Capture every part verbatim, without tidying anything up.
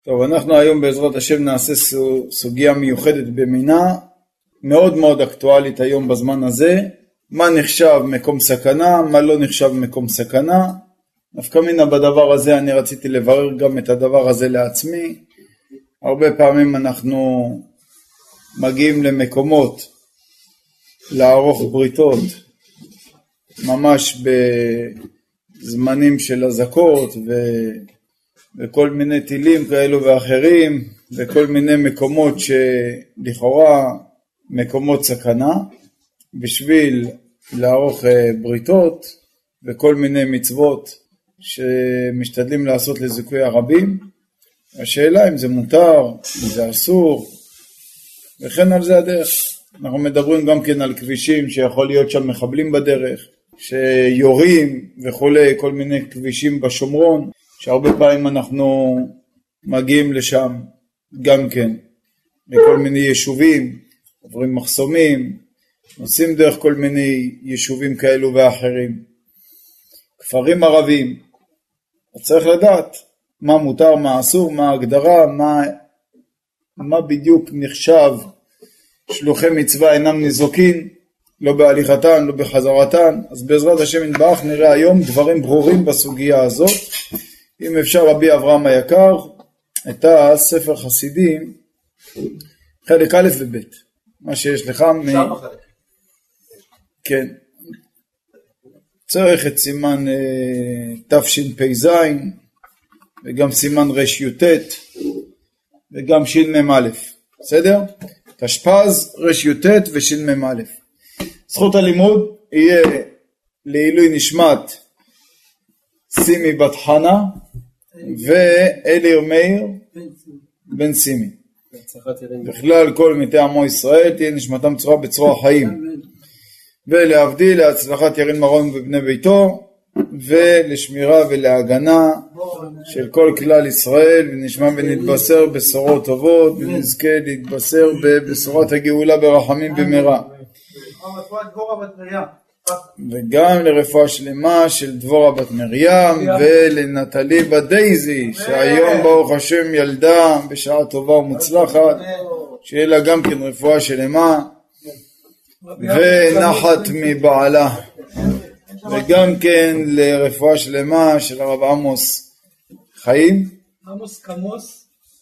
טוב, אנחנו היום בעזרת השם נעשה סוגיה מיוחדת במינה, מאוד מאוד אקטואלית היום בזמן הזה. מה נחשב מקום סכנה, מה לא נחשב מקום סכנה. נפקא מינה בדבר הזה אני רציתי לברר גם את הדבר הזה לעצמי. הרבה פעמים אנחנו מגיעים למקומות לערוך בריתות ממש בזמנים של הזקות ו... וכל מיני טילים כאלו ואחרים וכל מיני מקומות שלכאורה מקומות סכנה בשביל לערוך בריתות וכל מיני מצוות שמשתדלים לעשות לזיכוי הרבים. השאלה אם זה מותר, אם זה אסור וכן על זה הדרך. אנחנו מדברים גם כן על כבישים שיכול להיות שם מחבלים בדרך שיורים וכולי, כל מיני כבישים בשומרון שהרבה פעמים אנחנו מגיעים לשם גם כן, לכל מיני יישובים, עוברים מחסומים, נוסעים דרך כל מיני יישובים כאלו ואחרים, כפרים ערבים. צריך לדעת מה מותר, מה אסור, מה ההגדרה, מה, מה בדיוק נחשב שלוחי מצווה אינם ניזוקין, לא בהליכתן, לא בחזרתן. אז בעזרת השם נתברך נראה היום דברים ברורים בסוגיה הזאת. אם אפשר רבי אברהם היקר, את הספר חסידים, חלק א' וב', מה שיש לך מ... כן. צריך את סימן אה, תשפ"ז, וגם סימן ר"י"ט, וגם ש"מ א', בסדר? תשפ"ז, ר"י"ט וש"מ א'. זכות הלימוד יהיה לעילוי נשמת סימי בת חנה ואליר מאיר בן סימי. בכלל כל מתי עמו ישראל תהיה נשמתם צורה בצרור החיים, ולהבדיל להצלחת ירין מרון ובני ביתו, ולשמירה ולהגנה של כל כלל ישראל, ונשמע ונתבשר בשורות טובות, ונזכה להתבשר בבשורת הגאולה ברחמים במהרה. וגם לרפואה שלמה של דבורה בת מרים ולנטלי בת דייזי שהיום ברוך השם ילדה בשעה טובה ומוצלחת, שיהיה לה גם כן רפואה שלמה ונחת מבעלה, וגם כן לרפואה שלמה של הרב עמוס חיים עמוס קמוס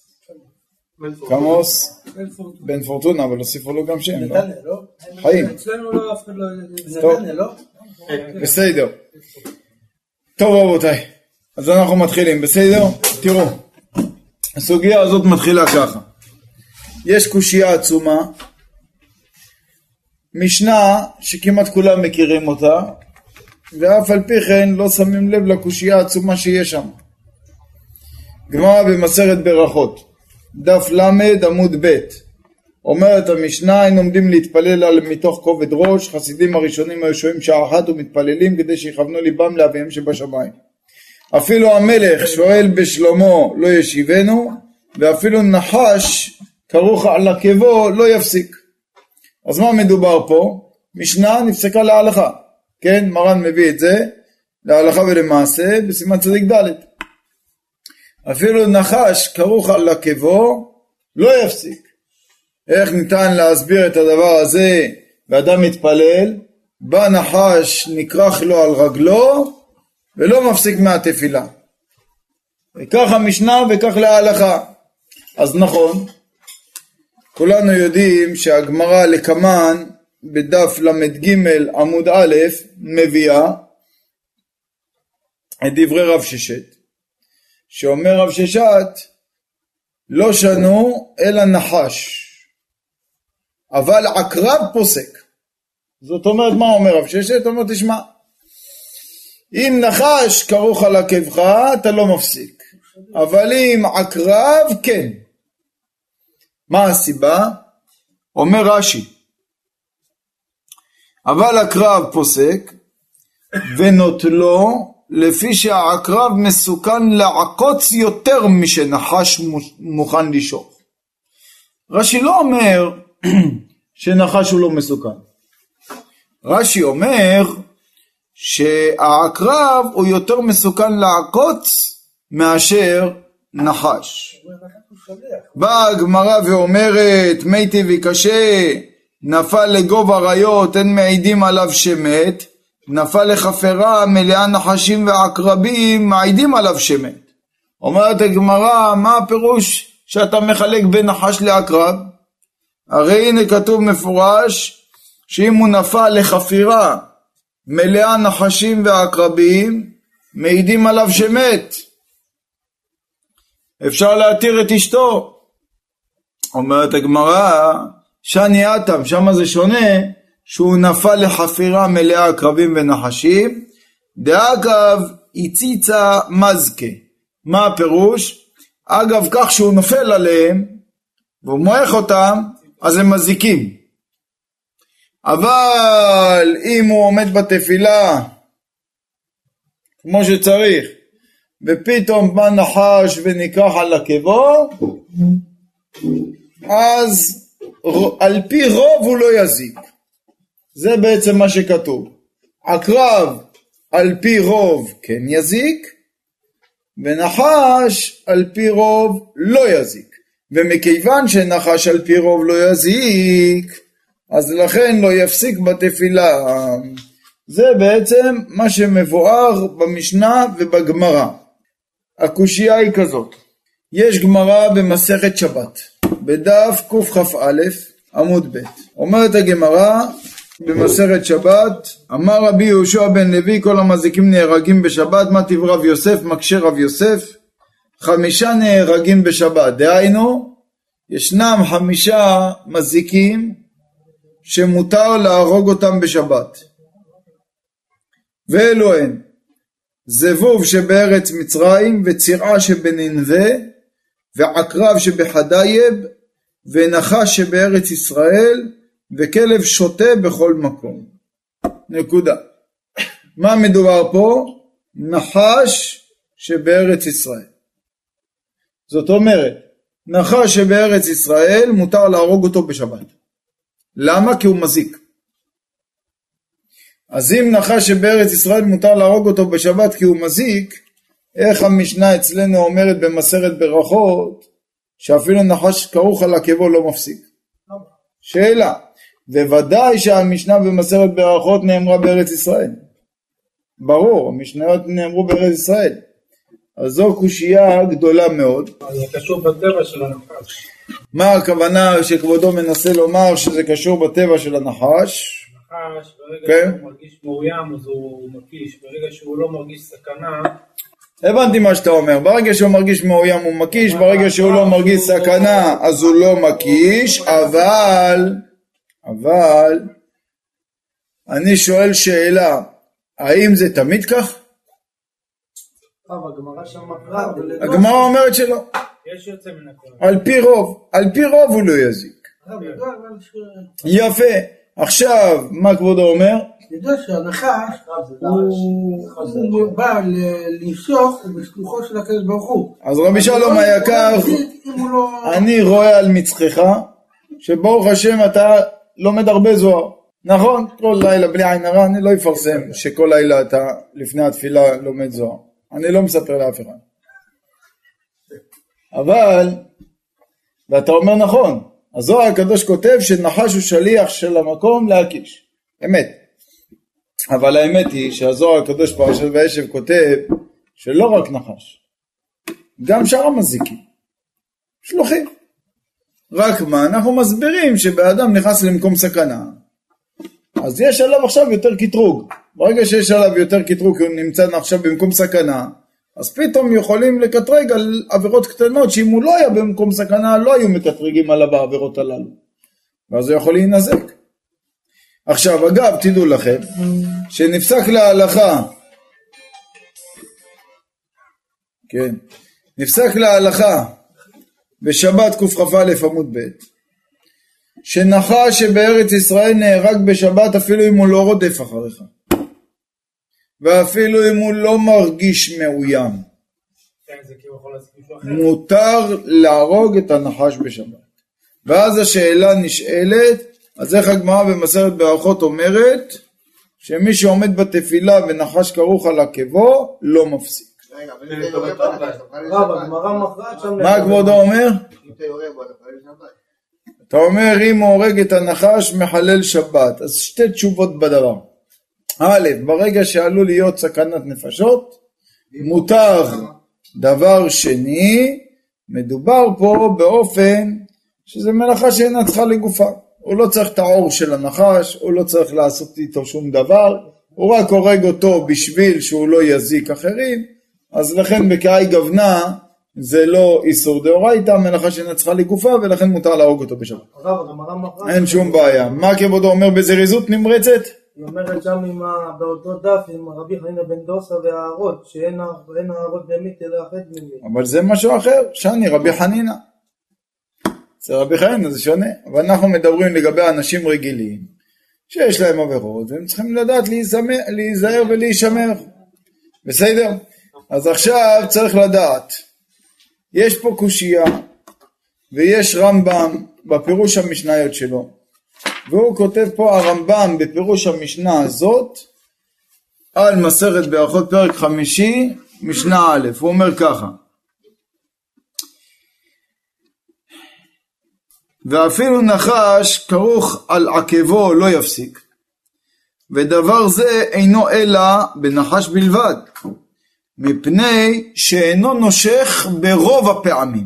קמוס בן פורטונה, אבל הוסיפו לו גם שם, לא? חיים. אצלנו לא, אף אחד לא, זה נתניה, לא? בסדר. טוב רבותיי, אז אנחנו מתחילים, בסדר? תראו, הסוגיה הזאת מתחילה ככה. יש קושייה עצומה, משנה שכמעט כולם מכירים אותה, ואף על פי כן לא שמים לב לקושייה העצומה שיש שם. גמרא במסכת ברכות, דף למד עמוד ב', אומרת המשנה, היינו עומדים להתפלל על מתוך כובד ראש, חסידים הראשונים היו שוהים שעה אחת ומתפללים כדי שיכוונו ליבם לאביהם שבשמיים. אפילו המלך שואל בשלומו לא ישיבנו, ואפילו נחש כרוך על עקבו לא יפסיק. אז מה מדובר פה? משנה נפסקה להלכה, כן? מרן מביא את זה להלכה ולמעשה בסימן צדיק ד'. אפילו נחש כרוך על עקבו לא יפסיק. איך ניתן להסביר את הדבר הזה? ואדם מתפלל, בא נחש נקרח לו על רגלו ולא מפסיק מהתפילה. וכך המשנה וכך להלכה. אז נכון, כולנו יודעים שהגמרא לקמן בדף למד ג' עמוד א' מביאה את דברי רב ששת, שאומר רב ששת לא שנו אלא נחש אבל עקרב פוסק. זאת אומרת, מה אומר רב ששת? אומר תשמע, אם נחש כרוך על עקבך אתה לא מפסיק, אבל אם עקרב כן. מה הסיבה? אומר רש"י, אבל עקרב פוסק ונוטלו לפי שהעקרב מסוכן לעקוץ יותר משנחש מוכן לשוך. רש"י לא אומר שנחש הוא לא מסוכן. רש"י אומר שהעקרב הוא יותר מסוכן לעקוץ מאשר נחש. באה הגמרא ואומרת, מי טבעי קשה, נפל לגוב אריות, אין מעידים עליו שמת, נפל לחפרה מלאה נחשים ועקרבים, מעידים עליו שמת. אומרת הגמרא, מה הפירוש שאתה מחלק בין נחש לעקרב? הרי הנה כתוב מפורש, שאם הוא נפל לחפירה מלאה נחשים ועקרבים, מעידים עליו שמת. אפשר להתיר את אשתו. אומרת הגמרא, שאני אתם, שמה זה שונה, שהוא נפל לחפירה מלאה עקרבים ונחשים, דאגב הציצה מזקה. מה הפירוש? אגב כך שהוא נופל עליהם, והוא מועך אותם, אז הם מזיקים. אבל אם הוא עומד בתפילה, כמו שצריך, ופתאום בא נחש וניקח על עקבו, אז על פי רוב הוא לא יזיק. זה בעצם מה שכתוב. עקרב על פי רוב כן יזיק, ונחש על פי רוב לא יזיק. ומכיוון שנחש על פי רוב לא יזיק, אז לכן לא יפסיק בתפילה. זה בעצם מה שמבואר במשנה ובגמרא. הקושייה היא כזאת. יש גמרא במסכת שבת, בדף קכ"א עמוד ב'. אומרת הגמרא במסכת שבת, אמר רבי יהושע בן לוי, כל המזיקים נהרגים בשבת, מה טיב רב יוסף? מקשה רב יוסף, חמישה נהרגים בשבת. דהיינו, ישנם חמישה מזיקים שמותר להרוג אותם בשבת. ואלו הן, זבוב שבארץ מצרים, וצירעה שבננבה, ועקרב שבחדייב, ונחש שבארץ ישראל, וכלב שוטה בכל מקום. נקודה. מה מדובר פה? נחש שבארץ ישראל. זאת אומרת, נחש שבארץ ישראל מותר להרוג אותו בשבת. למה? כי הוא מזיק. אז אם נחש שבארץ ישראל מותר להרוג אותו בשבת כי הוא מזיק, איך המשנה אצלנו אומרת במסכת ברכות, שאפילו נחש כרוך על עקבו לא מפסיק? שאלה. וודאי שהמשנה במסכת ברכות נאמרה בארץ ישראל. ברור, המשניות נאמרו בארץ ישראל. אז זו קושייה גדולה מאוד. זה קשור בטבע של הנחש. מה הכוונה שכבודו מנסה לומר שזה קשור בטבע של הנחש? נחש, ברגע כן? שהוא מרגיש מאוים אז הוא מקיש, ברגע שהוא לא מרגיש סכנה... הבנתי מה שאתה אומר, ברגע שהוא מרגיש מאוים הוא מקיש, ברגע שהוא לא מרגיש סכנה אז הוא לא מקיש, אבל, אבל, אני שואל שאלה, האם זה תמיד כך? הגמרא אומרת שלא. יש יוצא מן הכלל. על פי רוב, על פי רוב הוא לא יזיק. יפה. עכשיו, מה כבודו אומר? ידוע שהנחש הוא בא למשוך בשלוחו של הקדוש ברוך הוא. אז רבי שלום היקר, אני רואה על מצחך שברוך השם אתה לומד הרבה זוהר. נכון? כל לילה בלי עין הרע, אני לא אפרסם שכל לילה אתה לפני התפילה לומד זוהר. אני לא מספר לאף אחד. אבל, ואתה אומר נכון, הזוהר הקדוש כותב שנחש הוא שליח של המקום להקיש. אמת. אבל האמת היא שהזוהר הקדוש פרשת וישב כותב שלא רק נחש, גם שאר המזיקים, שלוחים. רק מה, אנחנו מסבירים שבאדם נכנס למקום סכנה, אז יש עליו עכשיו יותר קטרוג. ברגע שיש עליו יותר קטרוג, כי הוא נמצא עכשיו במקום סכנה, אז פתאום יכולים לקטרג על עבירות קטנות, שאם הוא לא היה במקום סכנה, לא היו מקטרגים עליו העבירות הללו. ואז הוא יכול להינזק. עכשיו, אגב, תדעו לכם, שנפסק להלכה, כן, נפסק להלכה, בשבת קכ"א עמוד ב', שנחש שבארץ ישראל נהרג בשבת אפילו אם הוא לא רודף אחריך. ואפילו אם הוא לא מרגיש מאוים. מותר להרוג את הנחש בשבת. ואז השאלה נשאלת, אז איך הגמרא במסכת ברכות אומרת, שמי שעומד בתפילה ונחש כרוך על עקבו לא מפסיק. רגע, אבל אם אתה יורה בו, אתה תוכל לשבת. רב, הגמרא מכרעת שם... מה כבודו אומר? אם אתה יורה בו, אתה תוכל לשבת. אתה אומר אם הוא הורג את הנחש מחלל שבת. אז שתי תשובות בדבר. א', ברגע שעלול להיות סכנת נפשות, מותר. דבר שני, מדובר פה באופן שזה מלאכה שאינה צריכה לגופה. הוא לא צריך את העור של הנחש, הוא לא צריך לעשות איתו שום דבר, הוא רק הורג אותו בשביל שהוא לא יזיק אחרים, אז לכן בקעי גוונה זה לא איסור דאורייתא, מלאכה שאינה צריכה לגופה, ולכן מותר להרוג אותו בשבת. אין שום בעיה. מה כבודו אומר בזריזות נמרצת? היא אומרת שם עם ה... באותו דף עם רבי חנינא בן דוסא והערות, שאין הערות באמת אלא אחת ממנו. אבל זה משהו אחר, שאני רבי חנינא. זה רבי חנינא, זה שונה. אבל אנחנו מדברים לגבי אנשים רגילים, שיש להם עבירות, והם צריכים לדעת להיזהר ולהישמר. בסדר? אז עכשיו צריך לדעת, יש פה קושייה, ויש רמב"ם בפירוש המשניות שלו, והוא כותב פה הרמב"ם בפירוש המשנה הזאת, על מסכת ברכות פרק חמישי, משנה א', הוא אומר ככה, ואפילו נחש כרוך על עקבו לא יפסיק, ודבר זה אינו אלא בנחש בלבד, מפני שאינו נושך ברוב הפעמים.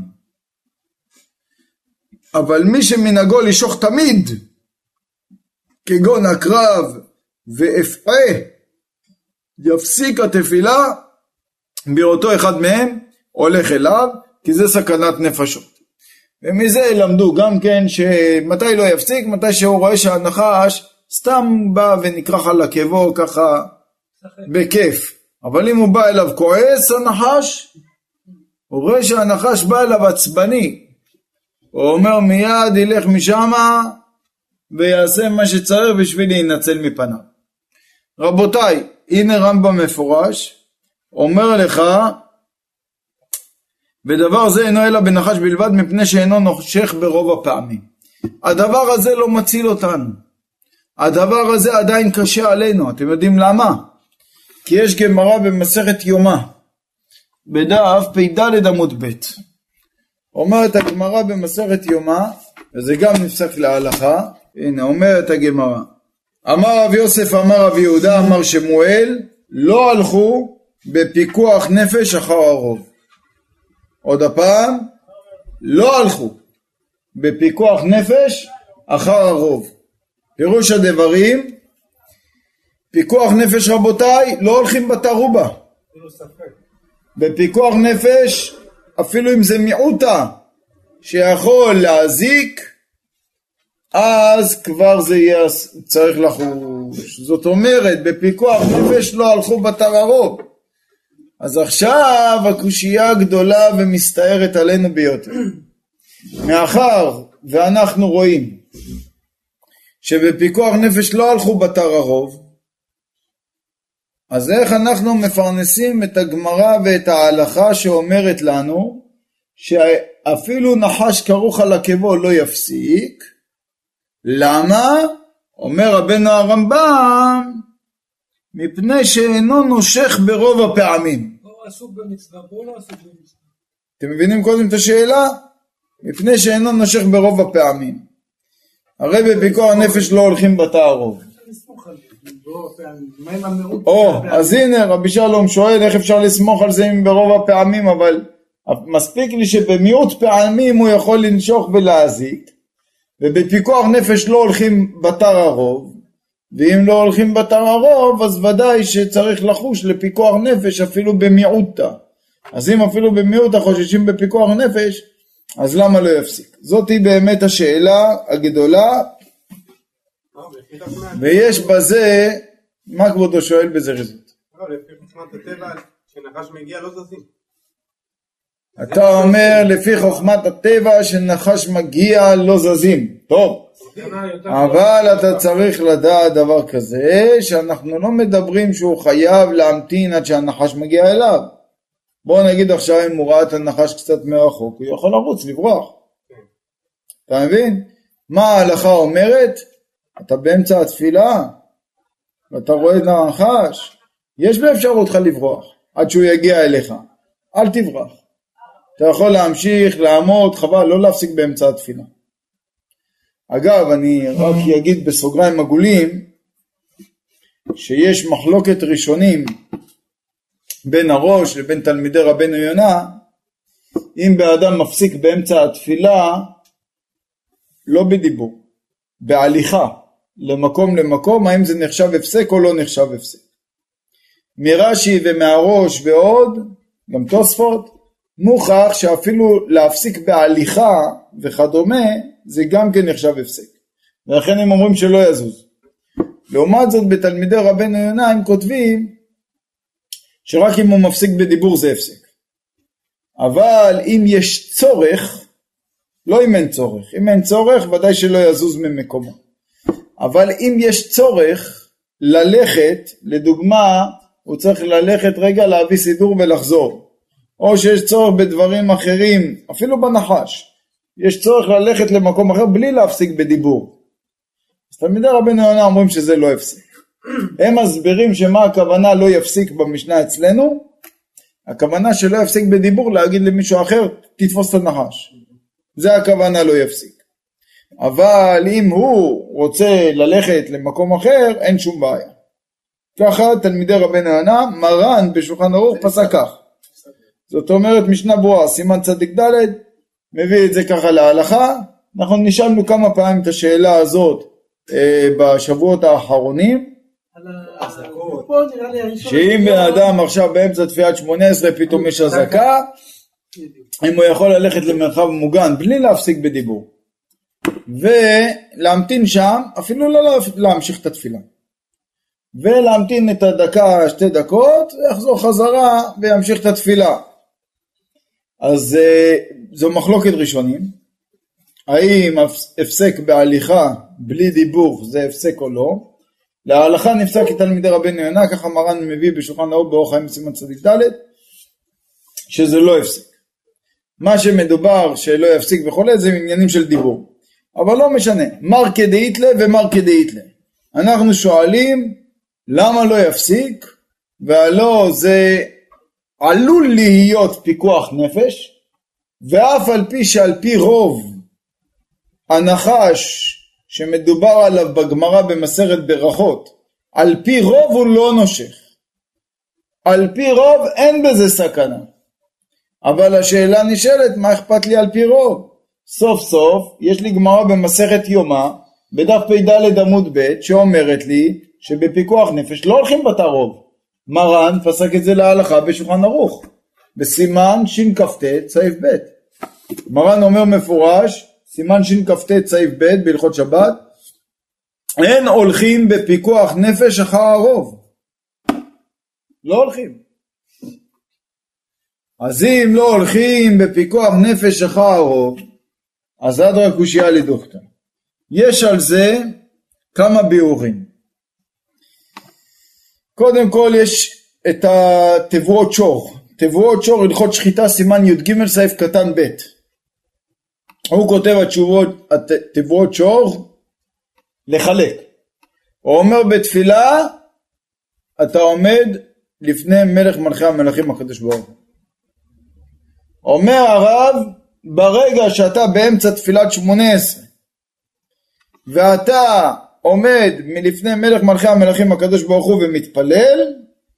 אבל מי שמנהגו לשוך תמיד, כגון הקרב ואפעה, יפסיק התפילה, באותו אחד מהם הולך אליו, כי זה סכנת נפשות. ומזה למדו גם כן שמתי לא יפסיק, מתי שהוא רואה שהנחש סתם בא ונקרח על עקבו ככה בכיף. אבל אם הוא בא אליו כועס הנחש, הוא רואה שהנחש בא אליו עצבני, הוא אומר מיד ילך משם ויעשה מה שצריך בשביל להינצל מפניו. רבותיי, הנה רמב"ם מפורש, אומר לך, ודבר זה אינו אלא בנחש בלבד, מפני שאינו נושך ברוב הפעמים. הדבר הזה לא מציל אותנו. הדבר הזה עדיין קשה עלינו. אתם יודעים למה? כי יש גמרא במסכת יומא, בדף פ"ד עמוד ב'. אומרת הגמרא במסכת יומא, וזה גם נפסק להלכה, הנה אומרת הגמרא, אמר רב יוסף אמר רב יהודה אמר שמואל, לא הלכו בפיקוח נפש אחר הרוב. עוד הפעם, לא הלכו בפיקוח נפש אחר הרוב. פירוש הדברים, פיקוח נפש רבותיי, לא הולכים בתרובה. בפיקוח נפש, אפילו אם זה מיעוטה שיכול להזיק, אז כבר זה יהיה צריך לחוש. זאת אומרת, בפיקוח נפש לא הלכו בתררוב. אז עכשיו הקושייה הגדולה ומסתערת עלינו ביותר. מאחר ואנחנו רואים שבפיקוח נפש לא הלכו בתררוב, אז איך אנחנו מפרנסים את הגמרא ואת ההלכה שאומרת לנו שאפילו נחש כרוך על עקבו לא יפסיק? למה? אומר רבנו הרמב"ם, מפני שאינו נושך ברוב הפעמים. לא עסוק במצווה, בוא לא עסוק במצווה. אתם מבינים קודם את השאלה? מפני שאינו נושך ברוב הפעמים. הרי בפיקוח הנפש לא הולכים בתערוב. או, אז הנה רבי שלום שואל איך אפשר לסמוך על זה אם ברוב הפעמים, אבל מספיק לי שבמיעוט פעמים הוא יכול לנשוך ולהזיק, ובפיקוח נפש לא הולכים בתר הרוב, ואם לא הולכים בתר הרוב אז ודאי שצריך לחוש לפיקוח נפש אפילו במיעוטה. אז אם אפילו במיעוטה חוששים בפיקוח נפש, אז למה לא יפסיק? זאת היא באמת השאלה הגדולה, ויש בזה, מה כבודו שואל בזה רזות? לפי חוכמת הטבע, שנחש מגיע לא זזים. אתה אומר לפי חוכמת הטבע שנחש מגיע לא זזים. טוב, אבל אתה צריך לדעת דבר כזה, שאנחנו לא מדברים שהוא חייב להמתין עד שהנחש מגיע אליו. בוא נגיד עכשיו אם הוא ראה את הנחש קצת מרחוק, הוא יכול לרוץ, לברוח. אתה מבין? מה ההלכה אומרת? אתה באמצע התפילה, ואתה רואה את הנחש, יש באפשרותך לברוח. עד שהוא יגיע אליך. אל תברח. אתה יכול להמשיך, לעמוד, חבל, לא להפסיק באמצע התפילה. אגב, אני רק אגיד בסוגריים עגולים, שיש מחלוקת ראשונים בין הראש לבין תלמידי רבנו יונה, אם באדם מפסיק באמצע התפילה, לא בדיבור, בהליכה, למקום למקום, האם זה נחשב הפסק או לא נחשב הפסק. מרש"י ומהראש ועוד, גם תוספות, מוכח שאפילו להפסיק בהליכה וכדומה, זה גם כן נחשב הפסק. ולכן הם אומרים שלא יזוז. לעומת זאת בתלמידי רבנו יונה הם כותבים שרק אם הוא מפסיק בדיבור זה הפסק. אבל אם יש צורך, לא אם אין צורך, אם אין צורך ודאי שלא יזוז ממקומו. אבל אם יש צורך ללכת, לדוגמה, הוא צריך ללכת רגע להביא סידור ולחזור. או שיש צורך בדברים אחרים, אפילו בנחש. יש צורך ללכת למקום אחר בלי להפסיק בדיבור. אז תלמידי רבנו יונה אומרים שזה לא יפסיק. הם מסבירים שמה הכוונה לא יפסיק במשנה אצלנו. הכוונה שלא יפסיק בדיבור להגיד למישהו אחר, תתפוס את הנחש. זה הכוונה לא יפסיק. אבל אם הוא רוצה ללכת למקום אחר, אין שום בעיה. ככה תלמידי רבנו יונה, מרן בשולחן ערוך פסק כך. זאת אומרת משנה ברורה, סימן צדיק ד' מביא את זה ככה להלכה. אנחנו נשאלנו כמה פעמים את השאלה הזאת אה, בשבועות האחרונים. שאם בן אדם עכשיו באמצע תפילת שמונה עשרה פתאום יש אזעקה, אם הוא יכול ללכת למרחב מוגן בלי להפסיק בדיבור. ולהמתין שם, אפילו לא להמשיך את התפילה. ולהמתין את הדקה, שתי דקות, ויחזור חזרה וימשיך את התפילה. אז זו מחלוקת ראשונים. האם הפסק בהליכה בלי דיבור זה הפסק או לא? להלכה נפסק כתלמידי רבנו יונה, ככה מרן מביא בשולחן ערוך באורח חיים סימן צדיק ד' שזה לא הפסק. מה שמדובר שלא יפסיק וכולי זה עניינים של דיבור. אבל לא משנה, מר כדאיתלה ומר כדאיתלה. אנחנו שואלים למה לא יפסיק, והלא זה עלול להיות פיקוח נפש, ואף על פי שעל פי רוב הנחש שמדובר עליו בגמרא במסכת ברכות, על פי רוב הוא לא נושך. על פי רוב אין בזה סכנה. אבל השאלה נשאלת, מה אכפת לי על פי רוב? סוף סוף יש לי גמרא במסכת יומא בדף פ"ד עמוד ב' שאומרת לי שבפיקוח נפש לא הולכים בתא רוב. מרן פסק את זה להלכה בשולחן ערוך בסימן שכ"ט סעיף ב'. מרן אומר מפורש, סימן שכ"ט סעיף ב' בהלכות שבת, אין הולכים בפיקוח נפש אחר הרוב. לא הולכים. אז אם לא הולכים בפיקוח נפש אחר הרוב, אז אדרא קושיה לדוכתא. יש על זה כמה ביאורים. קודם כל יש את התבואות שור. תבואות שור הלכות שחיטה סימן י"ג סעיף קטן ב'. הוא כותב התשובות, התבואות שור לחלק. הוא אומר בתפילה אתה עומד לפני מלך מלכי המלכים הקדוש ברוך הוא. אומר הרב, ברגע שאתה באמצע תפילת שמונה עשרה ואתה עומד מלפני מלך מלכי המלכים הקדוש ברוך הוא ומתפלל,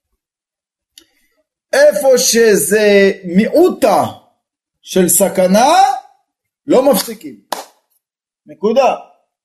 איפה שזה מיעוטה של סכנה לא מפסיקים. נקודה.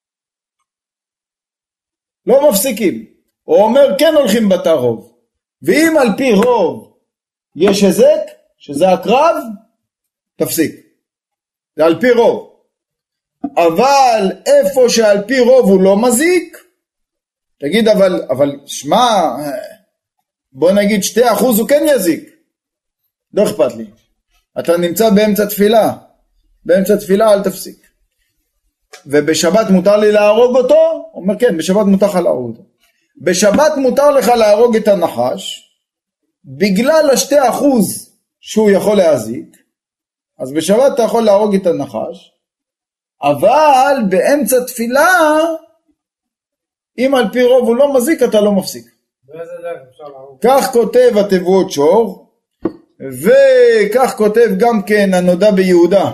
לא מפסיקים. הוא אומר כן הולכים בתא רוב. ואם על פי רוב יש הזק, שזה הקרב, תפסיק. זה על פי רוב. אבל איפה שעל פי רוב הוא לא מזיק, תגיד אבל, אבל שמה, בוא נגיד שתי אחוז הוא כן יזיק. לא אכפת לי. אתה נמצא באמצע תפילה. באמצע תפילה אל תפסיק. ובשבת מותר לי להרוג אותו? הוא אומר כן, בשבת מותר לך להרוג אותו. בשבת מותר לך להרוג את הנחש, בגלל השתי אחוז שהוא יכול להזיק, אז בשבת אתה יכול להרוג את הנחש, אבל באמצע תפילה, אם על פי רוב הוא לא מזיק, אתה לא מפסיק. כך כותב התבואות שור, וכך כותב גם כן הנודע ביהודה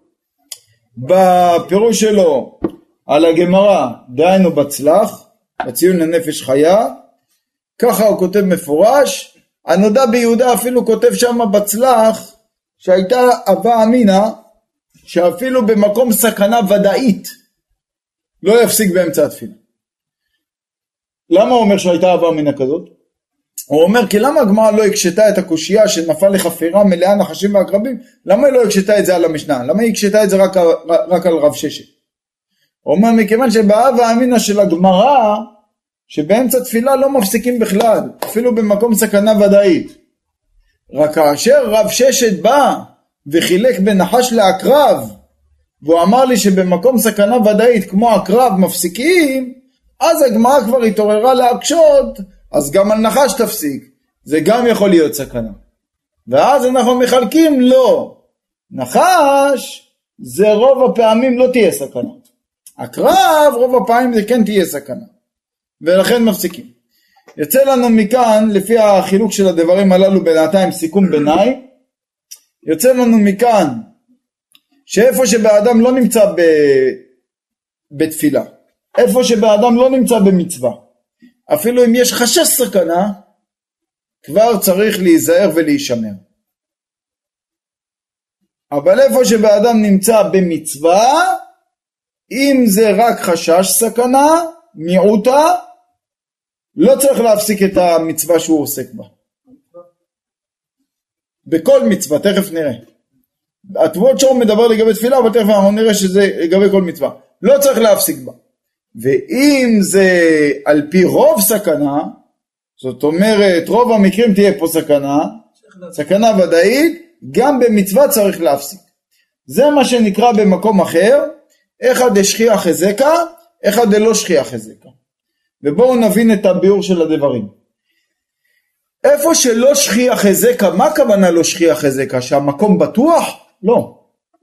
בפירוש שלו על הגמרא, דהיינו בצלח, בציון לנפש חיה, ככה הוא כותב מפורש. הנודע ביהודה אפילו כותב שם בצלח שהייתה אבה אמינה שאפילו במקום סכנה ודאית לא יפסיק באמצע התפילה. למה הוא אומר שהייתה אבה אמינה כזאת? הוא אומר כי למה הגמרא לא הקשתה את הקושייה שנפל לחפירה מלאה נחשים ועקרבים? למה היא לא הקשתה את זה על המשנה? למה היא הקשתה את זה רק, רק על רב ששת? הוא אומר מכיוון שבאבה אמינה של הגמרא שבאמצע תפילה לא מפסיקים בכלל, אפילו במקום סכנה ודאית. רק כאשר רב ששת בא וחילק בין נחש לעקרב, והוא אמר לי שבמקום סכנה ודאית כמו עקרב מפסיקים, אז הגמרא כבר התעוררה להקשות, אז גם על נחש תפסיק, זה גם יכול להיות סכנה. ואז אנחנו מחלקים, לא, נחש זה רוב הפעמים לא תהיה סכנה, עקרב רוב הפעמים זה כן תהיה סכנה, ולכן מפסיקים. יצא לנו מכאן, לפי החילוק של הדברים הללו בינתיים סיכום ביניים, יוצא לנו מכאן שאיפה שבאדם לא נמצא ב... בתפילה, איפה שבאדם לא נמצא במצווה, אפילו אם יש חשש סכנה, כבר צריך להיזהר ולהישמר. אבל איפה שבאדם נמצא במצווה, אם זה רק חשש סכנה, מיעוטה, לא צריך להפסיק את המצווה שהוא עוסק בה. בכל מצווה, תכף נראה. התבואות שור מדבר לגבי תפילה, אבל תכף אנחנו נראה שזה לגבי כל מצווה. לא צריך להפסיק בה. ואם זה על פי רוב סכנה, זאת אומרת רוב המקרים תהיה פה סכנה, סכנה ודאית, גם במצווה צריך להפסיק. זה מה שנקרא במקום אחר, אחד דשכיח חזקה, אחד דלא שכיח חזקה. ובואו נבין את הביאור של הדברים. איפה שלא שכיח חזקה, מה הכוונה לא שכיח חזקה? שהמקום בטוח? לא.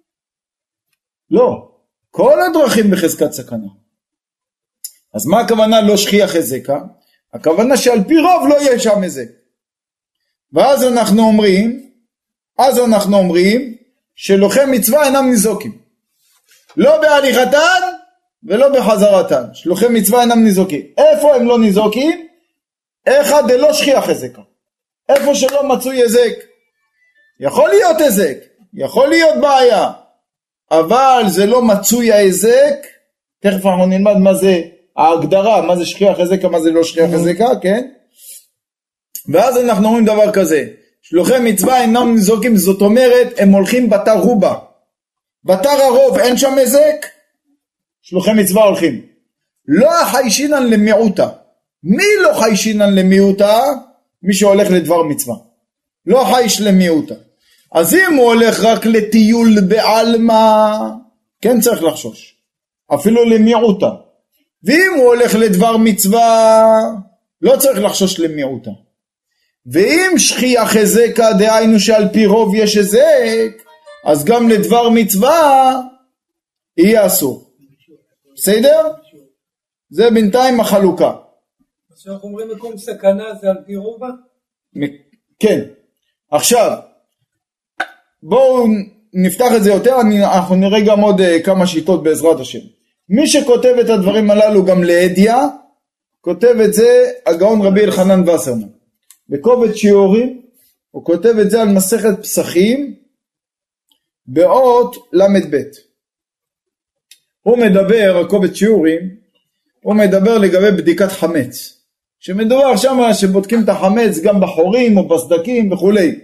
לא. כל הדרכים בחזקת סכנה. אז מה הכוונה לא שכיח חזקה? הכוונה שעל פי רוב לא יהיה שם היזק. ואז אנחנו אומרים, אז אנחנו אומרים, שלוחי מצווה אינם ניזוקים. לא בהליכתן ולא בחזרתן. שלוחי מצווה אינם ניזוקים. איפה הם לא ניזוקים? אחד דלא שכיח חזקה. איפה שלא מצוי היזק. יכול להיות היזק, יכול להיות בעיה, אבל זה לא מצוי ההיזק. תכף אנחנו נלמד מה זה ההגדרה, מה זה שכיח חזקה, מה זה לא שכיח חזקה, כן? ואז אנחנו אומרים דבר כזה, שלוחי מצווה אינם ניזוקים, זאת אומרת הם הולכים בתר רובה. בתר הרוב אין שם היזק, שלוחי מצווה הולכים. לא חיישינן למיעוטה. מי לא חיישינן למיעוטה? מי שהולך לדבר מצווה. לא חייש למיעוטה. אז אם הוא הולך רק לטיול בעלמה, כן צריך לחשוש. אפילו למיעוטה. ואם הוא הולך לדבר מצווה, לא צריך לחשוש למיעוטה. ואם שכיח חזקה, דהיינו שעל פי רוב יש היזק, אז גם לדבר מצווה יהיה אסור. בסדר? זה בינתיים החלוקה. אז שאנחנו אומרים מקום סכנה זה על פי רובה? כן. עכשיו, בואו נפתח את זה יותר, אנחנו נראה גם עוד כמה שיטות בעזרת השם. מי שכותב את הדברים הללו גם להדיה, כותב את זה הגאון רבי אלחנן וסרמן. בקובץ שיעורים, הוא כותב את זה על מסכת פסחים, באות למד בית. הוא מדבר, הקובץ שיעורים, הוא מדבר לגבי בדיקת חמץ. שמדובר שם שבודקים את החמץ גם בחורים או בסדקים וכולי.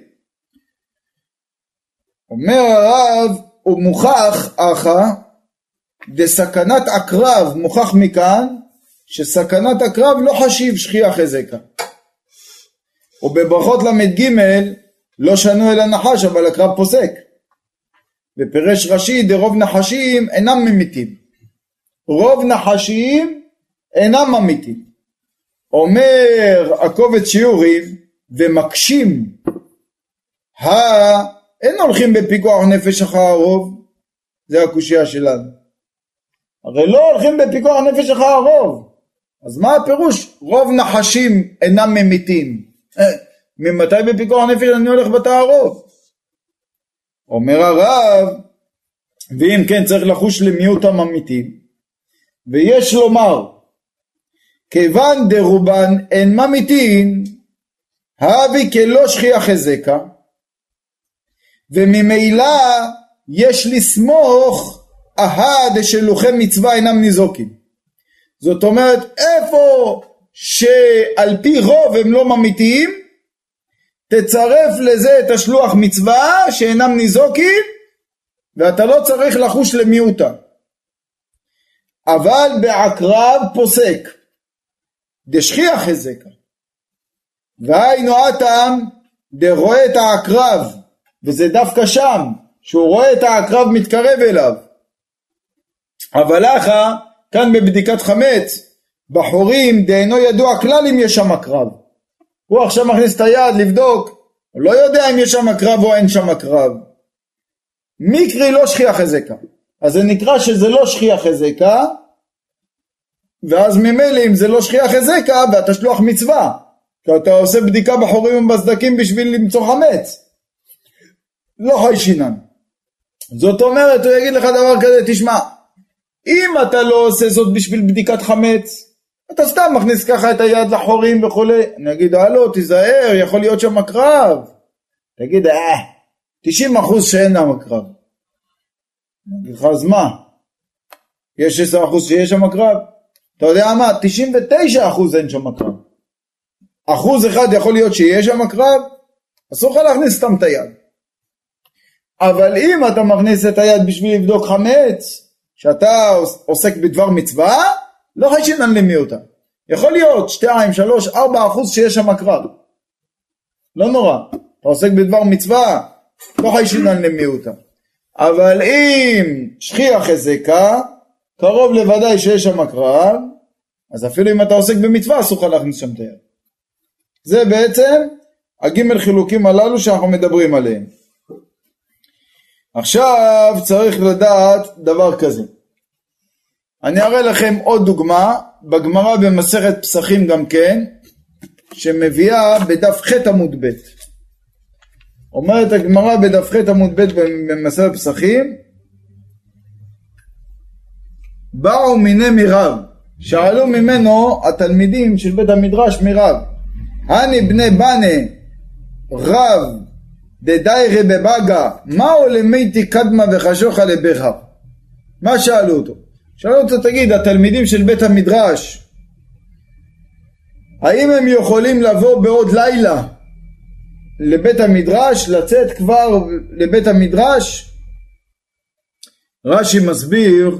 אומר הרב, הוא מוכח אחא, דסכנת עקרב, מוכח מכאן, שסכנת עקרב לא חשיב שכיח חזקה. ובברכות למד ג' לא שנו אל הנחש, אבל עקרב פוסק. בפרש רש"י, דרוב נחשים אינם ממיתים. רוב נחשים אינם ממיתים. אומר הקובץ שיעורים, ומקשים, אין הולכים בפיקוח נפש אחר הרוב, זה הקושיה שלנו. הרי לא הולכים בפיקוח נפש אחר הרוב. אז מה הפירוש? רוב נחשים אינם ממיתים. ממתי בפיקוח נפש אני הולך בטהרות? אומר הרב, ואם כן צריך לחוש למיעוטם אמיתיים, ויש לומר, כיוון דרובן אין ממיתין, האבי כלא שכיח חזקה, וממילא יש לסמוך אהה דשלוחי מצווה אינם ניזוקים. זאת אומרת, איפה שעל פי רוב הם לא ממיתיים, תצרף לזה את השלוח מצווה שאינם ניזוקים, ואתה לא צריך לחוש למיעוטה. אבל בעקרב פוסק, דשכיח חזקה, והיינו הטעם דרואה את העקרב, וזה דווקא שם, שהוא רואה את העקרב מתקרב אליו. אבל אחא, כאן בבדיקת חמץ, בחורים דאינו ידוע כלל אם יש שם עקרב. הוא עכשיו מכניס את היד לבדוק, הוא לא יודע אם יש שם עקרב או אין שם עקרב. מקרי לא שכיח חזקה. אז זה נקרא שזה לא שכיח חזקה, ואז ממילא אם זה לא שכיח חזקה, ואתה שלוח מצווה, כי אתה עושה בדיקה בחורים ובסדקים בשביל למצוא חמץ. לא חי שינן. זאת אומרת, הוא יגיד לך דבר כזה, תשמע, אם אתה לא עושה זאת בשביל בדיקת חמץ, אתה סתם מכניס ככה את היד לחורים וכולי, אני אגיד, הלו, תיזהר, יכול להיות שם עקרב. תגיד, אה, תשעים אחוז שאין שם עקרב. אני אגיד לך, אז מה? יש עשרה אחוז שיש שם עקרב? אתה יודע מה? תשעים ותשעה אחוז אין שם עקרב. אחוז אחד יכול להיות שיש שם עקרב, אסור לך להכניס סתם את היד. אבל אם אתה מכניס את היד בשביל לבדוק חמץ, שאתה עוסק בדבר מצווה, לא חיישינן למיעוטה. יכול להיות שתיים, שלוש, ארבע אחוז שיש שם עקרב. לא נורא. אתה עוסק בדבר מצווה, לא חיישינן למיעוטה. אבל אם שכיח חזקה, קרוב לוודאי שיש שם עקרב, אז אפילו אם אתה עוסק במצווה, אסור לך להכניס שם את היד. זה בעצם הגימל חילוקים הללו שאנחנו מדברים עליהם. עכשיו צריך לדעת דבר כזה. אני אראה לכם עוד דוגמה, בגמרא במסכת פסחים גם כן, שמביאה בדף ח' עמוד ב'. אומרת הגמרא בדף ח' עמוד ב' במסכת פסחים, באו מיני מרב, שאלו ממנו התלמידים של בית המדרש מרב, אני בני בנה רב דדיירי בבגה, מה עולמי קדמה וחשוכה לבכר? מה שאלו אותו? שאלו אותו, תגיד, התלמידים של בית המדרש, האם הם יכולים לבוא בעוד לילה לבית המדרש, לצאת כבר לבית המדרש? רש"י מסביר,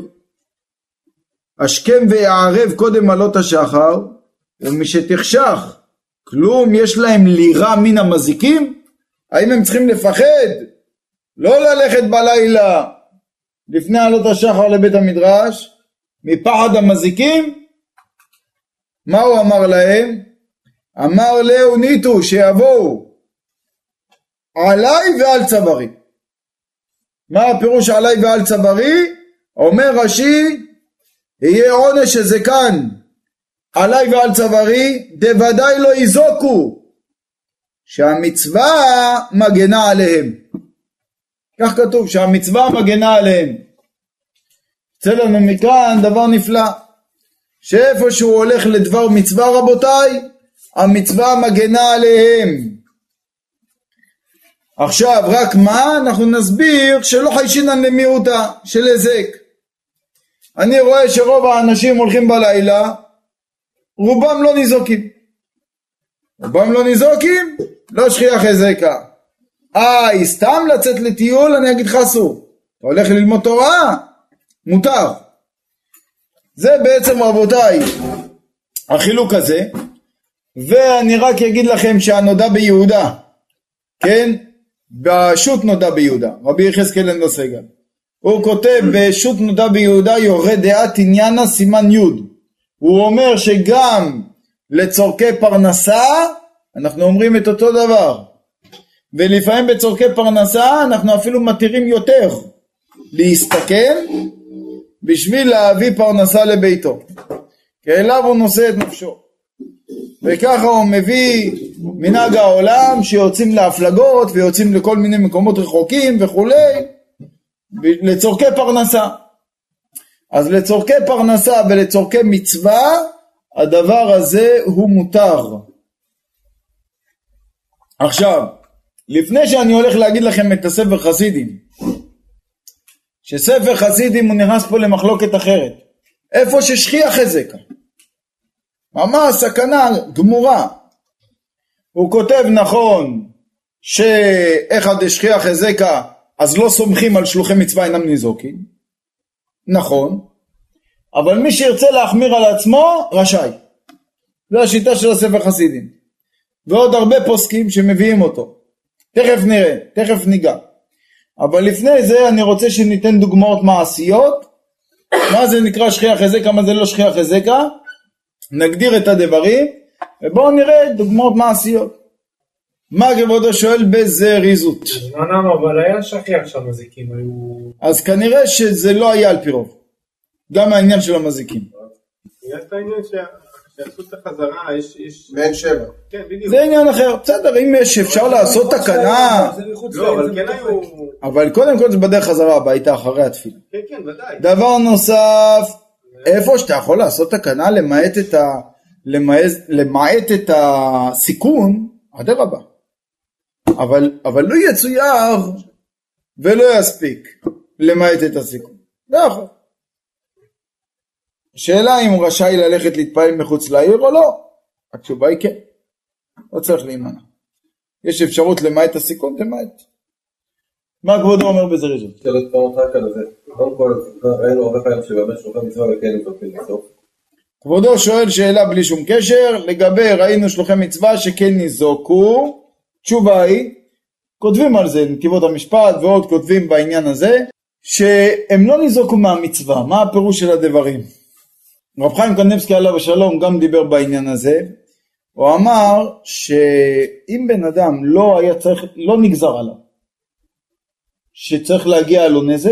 השכם ויערב קודם עלות השחר, ומשתחשך, כלום יש להם לירה מן המזיקים? האם הם צריכים לפחד? לא ללכת בלילה לפני עלות השחר לבית המדרש, מפחד המזיקים? מה הוא אמר להם? אמר לאו ניתו שיבואו עליי ועל צווארי. מה הפירוש עליי ועל צווארי? אומר רש"י, יהיה עונש שזה כאן עליי ועל צווארי, דוודאי לא יזוקו, שהמצווה מגנה עליהם. כך כתוב, שהמצווה מגנה עליהם. יצא לנו מכאן דבר נפלא, שאיפה שהוא הולך לדבר מצווה רבותיי, המצווה מגנה עליהם. עכשיו רק מה? אנחנו נסביר שלא חיישינן למיעוטה של הזק. אני רואה שרוב האנשים הולכים בלילה, רובם לא ניזוקים. רובם לא ניזוקים, לא שכיח חזקה. אה, סתם לצאת לטיול, אני אגיד לך אסור. אתה הולך ללמוד תורה, מותר. זה בעצם רבותיי החילוק הזה. ואני רק אגיד לכם שהנודע ביהודה, כן? בשו"ת נודע ביהודה, רבי יחזקאל בן סגל, הוא כותב בשו"ת נודע ביהודה יורד דעת עניינה סימן י', הוא אומר שגם לצורכי פרנסה אנחנו אומרים את אותו דבר, ולפעמים בצורכי פרנסה אנחנו אפילו מתירים יותר להסתכן בשביל להביא פרנסה לביתו, כי אליו הוא נושא את נפשו. וככה הוא מביא מנהג העולם שיוצאים להפלגות ויוצאים לכל מיני מקומות רחוקים וכולי, לצורכי פרנסה. אז לצורכי פרנסה ולצורכי מצווה, הדבר הזה הוא מותר. עכשיו, לפני שאני הולך להגיד לכם את הספר חסידים, שספר חסידים הוא נכנס פה למחלוקת אחרת. איפה ששכיח חזקה, ממש סכנה גמורה. הוא כותב נכון, שאחד שכיח חזקה, אז לא סומכים על שלוחי מצווה אינם ניזוקים. נכון. אבל מי שירצה להחמיר על עצמו, רשאי. זו השיטה של הספר חסידים. ועוד הרבה פוסקים שמביאים אותו. תכף נראה, תכף ניגע. אבל לפני זה אני רוצה שניתן דוגמאות מעשיות. מה זה נקרא שכיח חזקה, מה זה לא שכיח חזקה. נגדיר את הדברים, ובואו נראה דוגמאות מעשיות. מה כבודו שואל בזריזות? נענם, אבל היה שכיח שהמזיקים היו... אז כנראה שזה לא היה על פי רוב. גם העניין של המזיקים. יש את העניין שעשו את החזרה, יש... בין שבע. כן, בדיוק. זה עניין אחר. בסדר, אם יש אפשר לעשות תקנה... לא, אבל כן היו... אבל קודם כל זה בדרך חזרה הביתה אחרי התפילה. כן, כן, ודאי. דבר נוסף, איפה שאתה יכול לעשות תקנה למעט את ה... למעט את הסיכון, אדרבה. אבל, אבל לא יצויר ולא יספיק למעט את הסיכון. לא יכול. השאלה אם הוא רשאי ללכת להתפעל מחוץ לעיר או לא. התשובה היא כן. לא צריך להימנע. יש אפשרות למעט הסיכון, תמעט. מה כבודו אומר בזה רז'ות? שאלות פעם אחת כאן לזה. קודם כל, ראינו הרבה פעמים שבאמת שלוחי מצווה וכן נזוקים בסוף. כבודו שואל שאלה בלי שום קשר, לגבי ראינו שלוחי מצווה שכן ניזוקו, תשובה היא, כותבים על זה נתיבות המשפט ועוד כותבים בעניין הזה, שהם לא ניזוקו מהמצווה. מה הפירוש של הדברים? רב חיים קניבסקי עליו השלום גם דיבר בעניין הזה, הוא אמר שאם בן אדם לא היה צריך, לא נגזר עליו, שצריך להגיע לו נזק,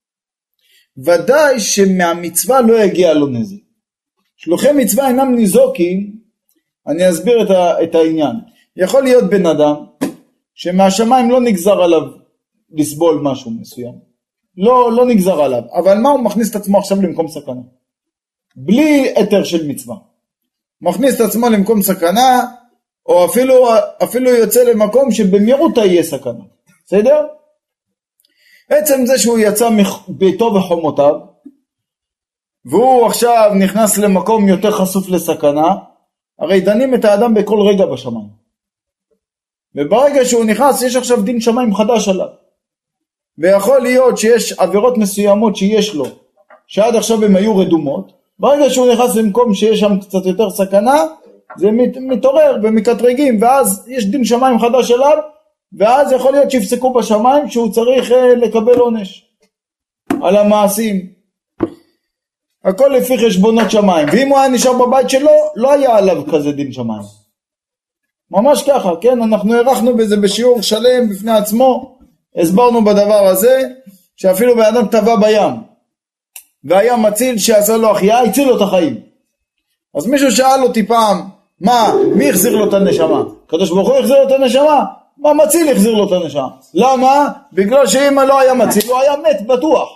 ודאי שמהמצווה לא יגיע לו נזק. שלוחי מצווה אינם ניזוקים, אני אסביר את, ה, את העניין. יכול להיות בן אדם שמהשמיים לא נגזר עליו לסבול משהו מסוים. לא, לא נגזר עליו. אבל מה הוא מכניס את עצמו עכשיו למקום סכנה? בלי היתר של מצווה. מכניס את עצמו למקום סכנה, או אפילו, אפילו יוצא למקום שבמהירות יהיה סכנה. בסדר? עצם זה שהוא יצא מביתו וחומותיו, והוא עכשיו נכנס למקום יותר חשוף לסכנה, הרי דנים את האדם בכל רגע בשמיים. וברגע שהוא נכנס יש עכשיו דין שמיים חדש עליו. ויכול להיות שיש עבירות מסוימות שיש לו, שעד עכשיו הם היו רדומות, ברגע שהוא נכנס למקום שיש שם קצת יותר סכנה, זה מתעורר ומקטרגים, ואז יש דין שמיים חדש עליו, ואז יכול להיות שיפסקו בשמיים שהוא צריך לקבל עונש על המעשים. הכל לפי חשבונות שמיים, ואם הוא היה נשאר בבית שלו, לא היה עליו כזה דין שמיים. ממש ככה, כן? אנחנו ערכנו בזה בשיעור שלם בפני עצמו, הסברנו בדבר הזה, שאפילו באדם טבע בים, והיה מציל שעשה לו החיה, הציל לו את החיים. אז מישהו שאל אותי פעם, מה, מי החזיר לו את הנשמה? קדוש ברוך הוא החזיר לו את הנשמה? מה מציל החזיר לו את הנשמה? למה? בגלל שאם לא היה מציל, הוא היה מת בטוח.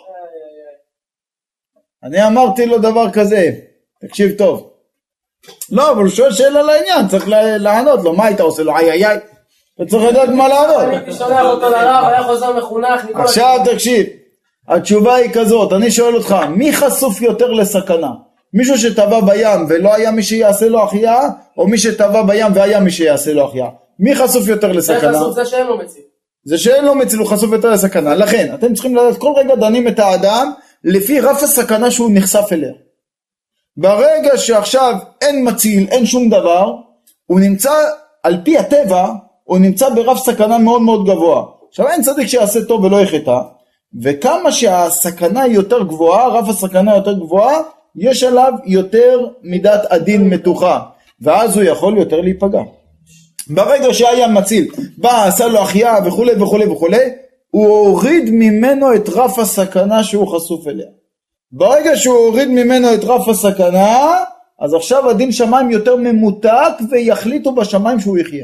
אני אמרתי לו דבר כזה, תקשיב טוב. לא, אבל הוא שואל שאלה לעניין, צריך לענות לו, מה היית עושה לו? איי איי איי. אתה צריך לדעת מה לענות. אני שולח אותו לרב, היה חוזר מחונך. עכשיו תקשיב, התשובה היא כזאת, אני שואל אותך, מי חשוף יותר לסכנה? מישהו שטבע בים ולא היה מי שיעשה לו החיה, או מי שטבע בים והיה מי שיעשה לו החיה? מי חשוף יותר לסכנה? זה חשוף, זה שאין לו מציל. זה שאין לו מציל, הוא חשוף יותר לסכנה. לכן, אתם צריכים לדעת, כל רגע דנים את האדם, לפי רף הסכנה שהוא נחשף אליה. ברגע שעכשיו אין מציל, אין שום דבר, הוא נמצא, על פי הטבע, הוא נמצא ברף סכנה מאוד מאוד גבוה. עכשיו אין צדיק שיעשה טוב ולא יחטא, וכמה שהסכנה היא יותר גבוהה, רף הסכנה יותר גבוהה, יש עליו יותר מידת הדין מתוחה, ואז הוא יכול יותר להיפגע. ברגע שהיה מציל, בא, עשה לו החיה וכו' וכו' וכו', הוא הוריד ממנו את רף הסכנה שהוא חשוף אליה. ברגע שהוא הוריד ממנו את רף הסכנה, אז עכשיו הדין שמיים יותר ממותק ויחליטו בשמיים שהוא יחיה.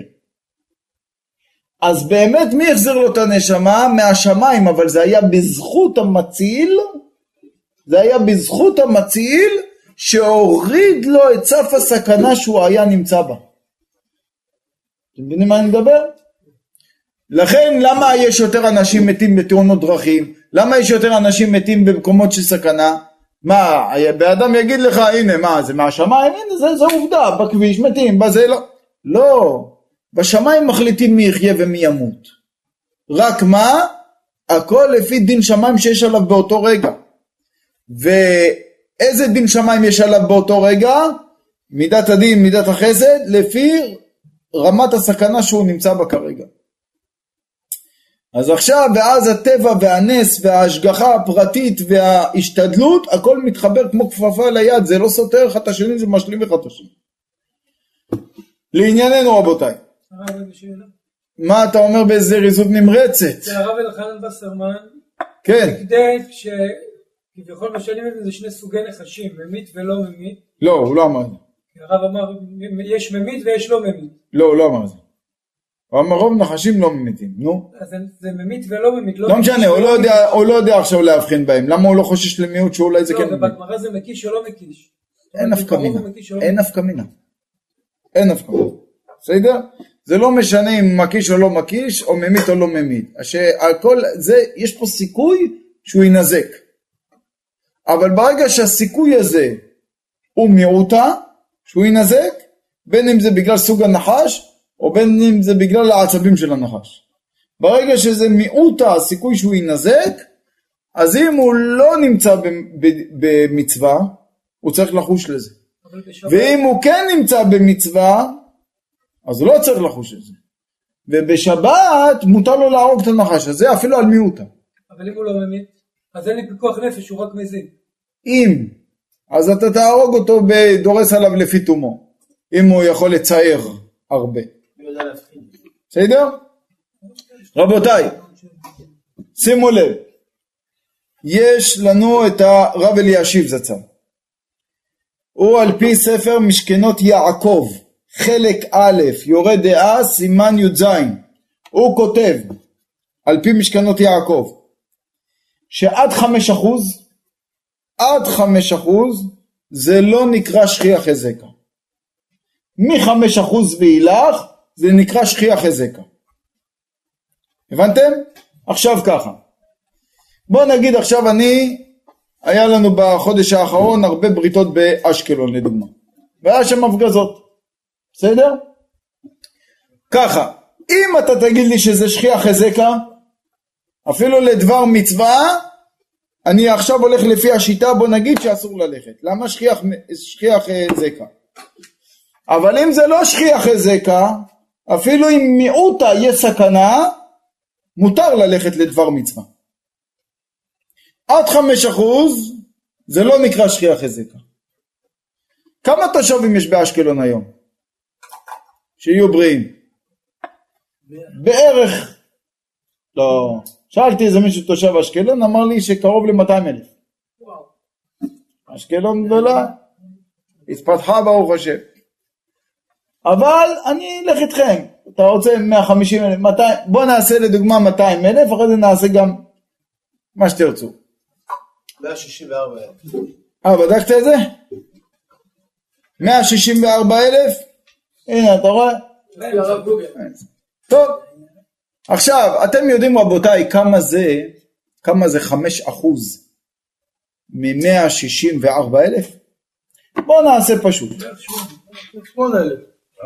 אז באמת מי החזיר לו את הנשמה? מהשמיים, אבל זה היה בזכות המציל, זה היה בזכות המציל שהוריד לו את סף הסכנה שהוא היה נמצא בה. אתם מבינים מה אני מדבר? לכן למה יש יותר אנשים מתים בתאונות דרכים? למה יש יותר אנשים מתים במקומות של סכנה? מה, באדם יגיד לך, הנה מה, זה מהשמיים? הנה זה, זה עובדה, בכביש מתים, בזה לא. לא, בשמיים מחליטים מי יחיה ומי ימות. רק מה? הכל לפי דין שמיים שיש עליו באותו רגע. ואיזה דין שמיים יש עליו באותו רגע? מידת הדין, מידת החסד, לפי רמת הסכנה שהוא נמצא בה כרגע. אז עכשיו, ואז הטבע והנס וההשגחה הפרטית וההשתדלות, הכל מתחבר כמו כפפה ליד, זה לא סותר אחד את השני, זה משלים אחד את השני. לענייננו רבותיי. מה אתה אומר באיזה ריזות נמרצת? זה הרב אלחנן וסרמן. כן. הקדש שכביכול בשנים האלה זה שני סוגי נחשים, ממית ולא ממית. לא, הוא לא אמר. הרב אמר, יש ממית ויש לא ממית. לא, הוא לא אמר זה. הוא אמר רוב נחשים לא ממיתים, נו. אז זה ממית ולא ממית. לא משנה, הוא לא יודע, הוא לא יודע עכשיו להבחין בהם. למה הוא לא חושש למיעוט שאולי זה כן ממית? לא, ובגמרא זה מקיש או לא מקיש. אין אף כמינה. אין אף כמינה. אין אף כמינה. בסדר? זה לא משנה אם מקיש או לא מקיש, או ממית או לא ממית. שהכל זה, יש פה סיכוי שהוא ינזק. אבל ברגע שהסיכוי הזה הוא מיעוטה, שהוא ינזק, בין אם זה בגלל סוג הנחש, או בין אם זה בגלל העצבים של הנחש. ברגע שזה מיעוטה הסיכוי שהוא ינזק, אז אם הוא לא נמצא במצווה, הוא צריך לחוש לזה. ואם הוא כן נמצא במצווה, אז הוא לא צריך לחוש לזה. ובשבת מותר לו להרוג את הנחש הזה, אפילו על מיעוטה. אבל אם הוא לא ממית, אז אין לי פיקוח נפש, הוא רק מזין. אם, אז אתה תהרוג אותו בדורס עליו לפי תומו. אם הוא יכול לצייר הרבה. בסדר? רבותיי, שימו לב, יש לנו את הרב אלישיב זצ"ל. הוא על פי ספר משכנות יעקב, חלק א', יורה דעה, סימן י"ז. הוא כותב, על פי משכנות יעקב, שעד חמש אחוז, עד חמש אחוז, זה לא נקרא שכיח חזקה. מחמש אחוז ואילך, זה נקרא שכיח חזקה. הבנתם? עכשיו ככה. בוא נגיד עכשיו אני, היה לנו בחודש האחרון הרבה בריתות באשקלון לדוגמה. והיה שם הפגזות. בסדר? ככה. אם אתה תגיד לי שזה שכיח חזקה, אפילו לדבר מצווה, אני עכשיו הולך לפי השיטה, בוא נגיד שאסור ללכת. למה שכיח, שכיח חזקה? אבל אם זה לא שכיח חזקה, אפילו אם מיעוטה יש סכנה, מותר ללכת לדבר מצווה. עד חמש אחוז, זה לא נקרא שכיח חזקה. כמה תושבים יש באשקלון היום? שיהיו בריאים. בערך, לא, שאלתי איזה מישהו תושב אשקלון, אמר לי שקרוב ל-מאתיים אלף. אשקלון גדולה, התפתחה ברוך השם. אבל אני אלך איתכם, אתה רוצה מאה וחמישים אלף, מאתיים, בוא נעשה לדוגמה מאתיים אלף, אחרי זה נעשה גם מה שתרצו. מאה שישים וארבע אלף. אה, בדקת את זה? מאה שישים וארבע אלף? הנה, אתה רואה? טוב, עכשיו, אתם יודעים רבותיי, כמה זה, כמה זה חמש אחוז מ-מאה שישים וארבע אלף? בואו נעשה פשוט. שמונה אלף.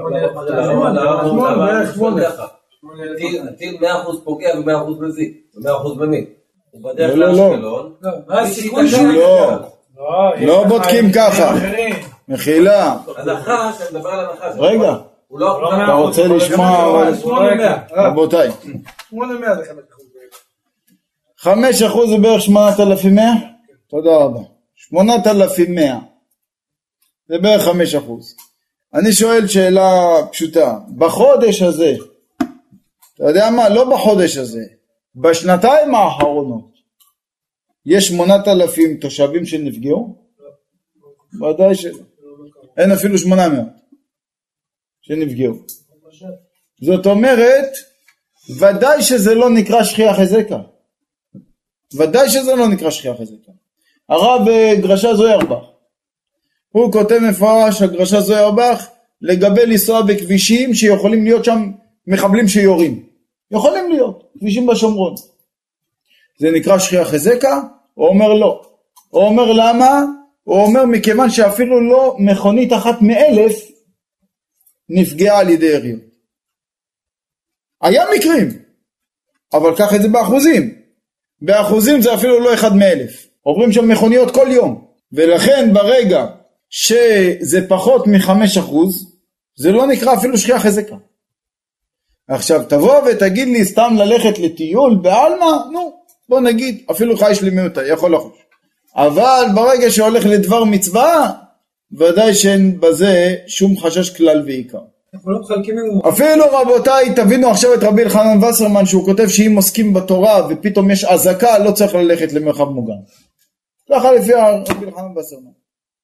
הטיל מאה אחוז פוגע ו-מאה אחוז מזיק, ו-מאה אחוז ממית. הוא בדרך לא, לאשקלון. לא, לא בודקים ככה. מחילה. הנחש, אני מדבר על הנחש. רגע, אתה רוצה לשמוע? רבותיי. שמונה מאה זה חמש אחוז. חמש אחוז זה בערך שמונת אלפים מאה? תודה רבה. שמונת אלפים מאה. זה בערך חמש אחוז. אני שואל שאלה פשוטה. בחודש הזה, אתה יודע מה? לא בחודש הזה. בשנתיים האחרונות, יש שמונת אלפים תושבים שנפגעו? ודאי שלא. אין אפילו שמונה מאות שנפגעו. זאת אומרת, ודאי שזה לא נקרא שכיח חזקה. ודאי שזה לא נקרא שכיח חזקה. הרב גרשה זוירבך, הוא כותב מפורש, הגרשה זוירבך, לגבי לנסוע בכבישים שיכולים להיות שם מחבלים שיורים. יכולים להיות, כבישים בשומרון. זה נקרא שכיח חזקה? הוא אומר לא. הוא אומר למה? הוא אומר מכיוון שאפילו לא מכונית אחת מאלף נפגעה על ידי יריות. היה מקרים, אבל קח את זה באחוזים. באחוזים זה אפילו לא אחד מאלף. עוברים שם מכוניות כל יום. ולכן ברגע שזה פחות מחמש אחוז, זה לא נקרא אפילו שכיח חזקה. עכשיו תבוא ותגיד לי סתם ללכת לטיול בעלמה, נו, בוא נגיד, אפילו חי שלמיותה, יכול לחוש. אבל ברגע שהולך לדבר מצווה, ודאי שאין בזה שום חשש כלל ועיקר. אנחנו לא מחלקים עם... אפילו רבותיי, תבינו עכשיו את רבי אלחנן וסרמן, שהוא כותב שאם עוסקים בתורה ופתאום יש אזעקה, לא צריך ללכת למרחב מוגן. ככה לפי רבי אלחנן וסרמן.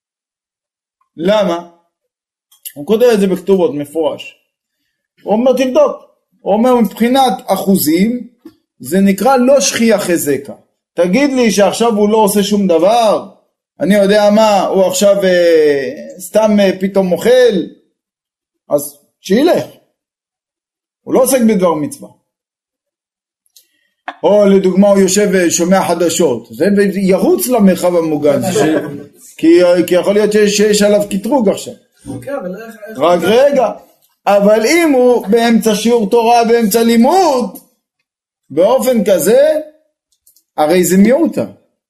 למה? הוא כותב את זה בכתובות מפורש. הוא אומר תבדוק. הוא אומר מבחינת אחוזים, זה נקרא לא שכיח חזקה. תגיד לי שעכשיו הוא לא עושה שום דבר, אני יודע מה, הוא עכשיו אה, סתם אה, פתאום אוכל, אז שילך. הוא לא עוסק בדבר מצווה. או לדוגמה הוא יושב ושומע חדשות, זה ירוץ למרחב המוגן, ש... כי, כי יכול להיות שיש, שיש עליו קטרוג עכשיו. רק רגע, אבל אם הוא באמצע שיעור תורה, באמצע לימוד, באופן כזה, הרי זה מיעוטה.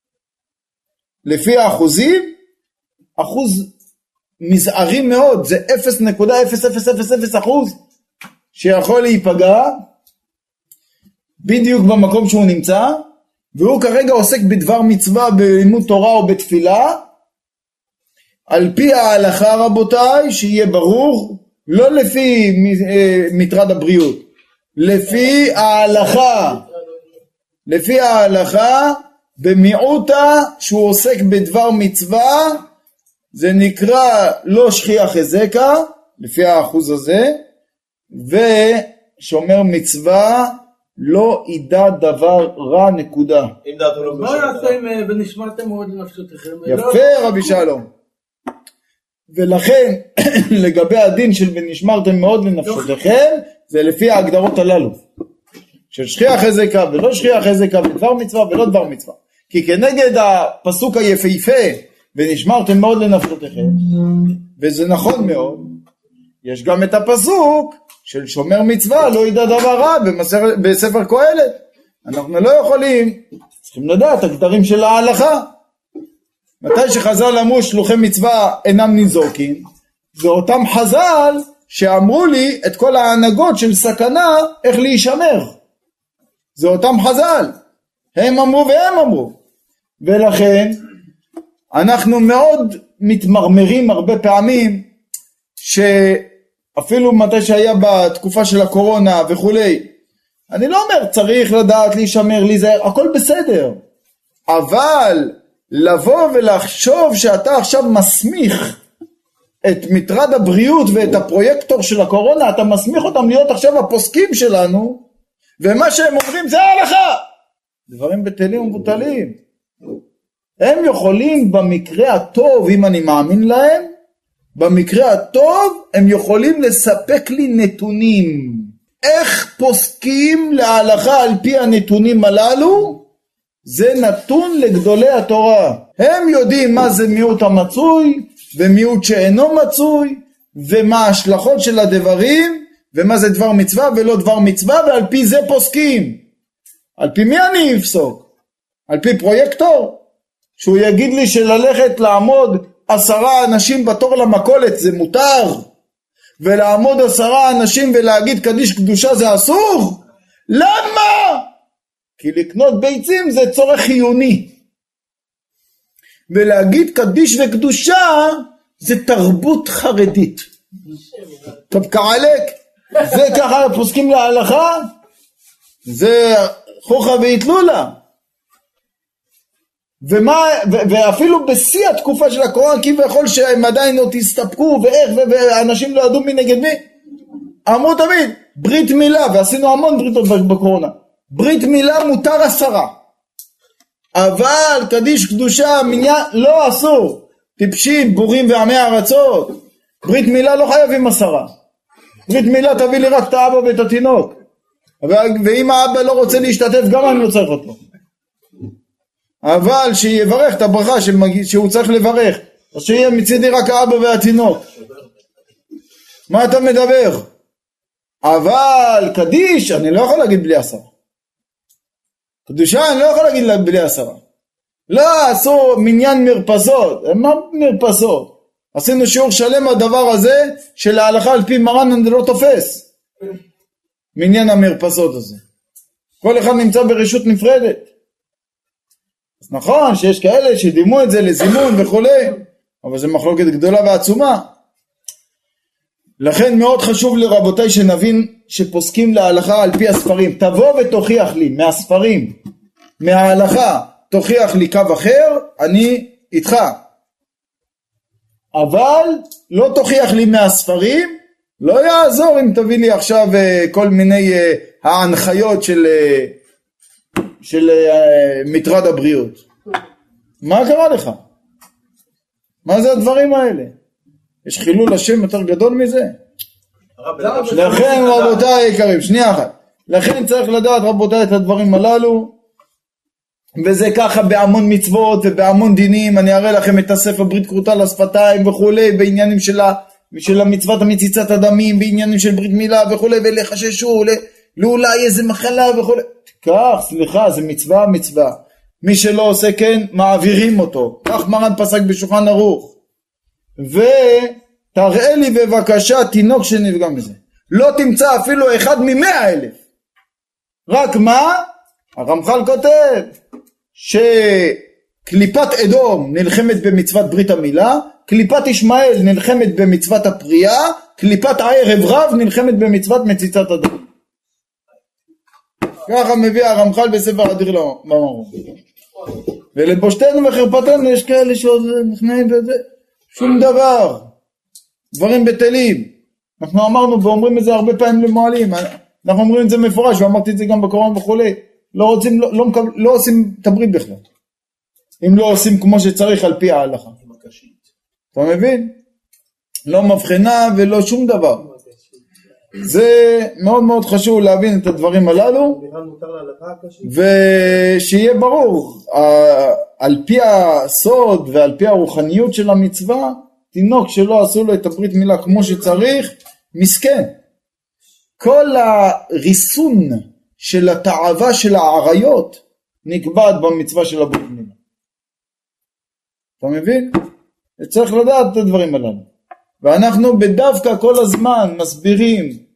לפי האחוזים, אחוז מזערי מאוד, זה אפס נקודה אפס אפס אפס אפס אחוז שיכול להיפגע בדיוק במקום שהוא נמצא, והוא כרגע עוסק בדבר מצווה, בלימוד תורה או בתפילה, על פי ההלכה רבותיי, שיהיה ברור, לא לפי מטרד הבריאות, לפי ההלכה, לפי ההלכה, במיעוטה שהוא עוסק בדבר מצווה, זה נקרא לא שכיח חזקה, לפי האחוז הזה, ושומר מצווה לא ידע דבר רע נקודה. אם דעתו לא מה יעשה אם ונשמרתם מאוד לנפשותיכם? יפה רבי שלום. ולכן לגבי הדין של ונשמרתם מאוד לנפשותיכם, זה לפי ההגדרות הללו. של שכיח חזקה ולא שכיח חזקה, ודבר מצווה ולא דבר מצווה. כי כנגד הפסוק היפהפה, ונשמרתם מאוד לנפשותיכם, וזה נכון מאוד, יש גם את הפסוק של שומר מצווה לא ידע דבר רע במסר, בספר קהלת. אנחנו לא יכולים, צריכים לדעת הגדרים של ההלכה. מתי שחז"ל אמרו שלוחי מצווה אינם ניזוקים, זה אותם חז"ל שאמרו לי את כל ההנהגות של סכנה איך להישמר. זה אותם חז"ל, הם אמרו והם אמרו. ולכן אנחנו מאוד מתמרמרים הרבה פעמים, שאפילו מתי שהיה בתקופה של הקורונה וכולי, אני לא אומר צריך לדעת להישמר, להיזהר, הכל בסדר, אבל לבוא ולחשוב שאתה עכשיו מסמיך את מטרד הבריאות ואת הפרויקטור של הקורונה, אתה מסמיך אותם להיות עכשיו הפוסקים שלנו, ומה שהם אומרים זה ההלכה, דברים בטלים ומבוטלים. הם יכולים במקרה הטוב, אם אני מאמין להם, במקרה הטוב הם יכולים לספק לי נתונים. איך פוסקים להלכה על פי הנתונים הללו? זה נתון לגדולי התורה. הם יודעים מה זה מיעוט המצוי ומיעוט שאינו מצוי, ומה ההשלכות של הדברים, ומה זה דבר מצווה ולא דבר מצווה, ועל פי זה פוסקים. על פי מי אני אפסוק? על פי פרויקטור? שהוא יגיד לי שללכת לעמוד עשרה אנשים בתור למכולת זה מותר, ולעמוד עשרה אנשים ולהגיד קדיש קדושה זה אסור? למה? כי לקנות ביצים זה צורך חיוני, ולהגיד קדיש וקדושה זה תרבות חרדית. טוב קעלק, זה ככה פוסקים להלכה? זה חוכה והתלולה. ומה, ו- ואפילו בשיא התקופה של הקורונה, כביכול שהם עדיין עוד הסתפקו, ואיך, ו- ואנשים לא ידעו מי נגד מי, אמרו תמיד, ברית מילה, ועשינו המון בריתות בקורונה, ברית מילה מותר עשרה, אבל קדיש קדושה, מניין, לא אסור, טיפשים, בורים ועמי ארצות, ברית מילה לא חייבים עשרה, ברית מילה תביא לי רק את האבא ואת התינוק, ואם האבא לא רוצה להשתתף, גם אני לא צריך אותו. אבל שיברך את הברכה שהוא צריך לברך, אז שיהיה מצידי רק האבא והתינוק. מה אתה מדבר? אבל קדיש אני לא יכול להגיד בלי עשרה, קדושה אני לא יכול להגיד בלי עשרה. לא, עשו מניין מרפסות. מה מרפסות? עשינו שיעור שלם הדבר הזה של ההלכה על פי מרן אני לא תופס מניין המרפסות הזה. כל אחד נמצא ברשות נפרדת. אז נכון שיש כאלה שדימו את זה לזימון וכו', אבל זה מחלוקת גדולה ועצומה. לכן מאוד חשוב לרבותיי שנבין שפוסקים להלכה על פי הספרים. תבוא ותוכיח לי מהספרים, מההלכה, תוכיח לי קו אחר, אני איתך. אבל לא תוכיח לי מהספרים, לא יעזור אם תביא לי עכשיו כל מיני ההנחיות של, של מטרד הבריאות. מה קרה לך? מה זה הדברים האלה? יש חילול השם יותר גדול מזה? לכן רבותיי היקרים, שנייה אחת, לכן צריך לדעת רבותיי את הדברים הללו, וזה ככה בהמון מצוות ובהמון דינים. אני אראה לכם את הספר ברית כרותה לשפתיים וכולי, בעניינים של, ה, של המצוות המציצת הדמים, בעניינים של ברית מילה וכולי, ולחששו לאולי איזה מחלה וכולי. כך, סליחה, זה מצווה מצווה, מי שלא עושה כן מעבירים אותו, כך מרן פסק בשולחן ערוך. ותראה לי בבקשה תינוק שנפגע מזה, לא תמצא אפילו אחד ממאה אלף. רק מה? הרמח"ל כותב שקליפת אדום נלחמת במצוות ברית המילה, קליפת ישמעאל נלחמת במצוות הפרייה, קליפת הערב רב נלחמת במצוות מציצת הדם. ככה מביא הרמח"ל בספר אדיר במרום. ולבושתנו וחרפתנו יש כאלה שעוד נכנעים בזה, שום דבר, דברים בטלים. אנחנו אמרנו ואומרים את זה הרבה פעמים למועלים, אנחנו אומרים את זה מפורש, ואמרתי את זה גם בקוראן וכולי, לא רוצים, לא, לא, מקבל, לא עושים את הברית בכלל, אם לא עושים כמו שצריך על פי ההלכה. אתה מבין? לא מבחנה ולא שום דבר. זה מאוד מאוד חשוב להבין את הדברים הללו, ושיהיה ברור על פי הסוד ועל פי הרוחניות של המצווה, תינוק שלא עשו לו את הברית מילה כמו שצריך מסכן. כל הריסון של התאווה של העריות נקבעת במצווה של הברית מילה. אתה מבין? צריך לדעת את הדברים הללו, ואנחנו בדווקא כל הזמן מסבירים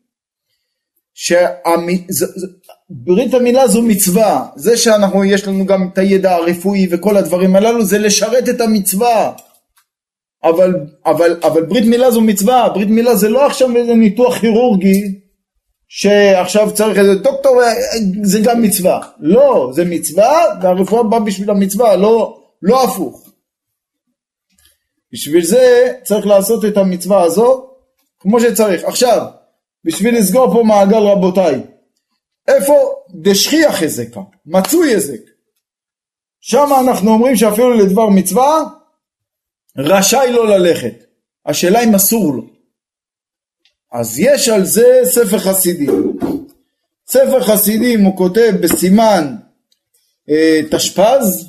שברית המילה זו מצווה. זה שאנחנו יש לנו גם את הידע הרפואי וכל הדברים הללו זה לשרת את המצווה, אבל, אבל, אבל ברית מילה זו מצווה. ברית מילה זה לא עכשיו איזה ניתוח כירורגי שעכשיו צריך איזה דוקטור, זה גם מצווה. לא, זה מצווה והרפואה באה בשביל המצווה, לא, לא הפוך. בשביל זה צריך לעשות את המצווה הזו כמו שצריך. עכשיו, בשביל לסגור פה מעגל רבותיי, איפה דשכיח הזקה, מצוי הזק, שם אנחנו אומרים שאפילו לדבר מצווה רשאי לא ללכת, השאלה אם אסור לו. אז יש על זה ספר חסידים. ספר חסידים הוא כותב בסימן אה, תשפז,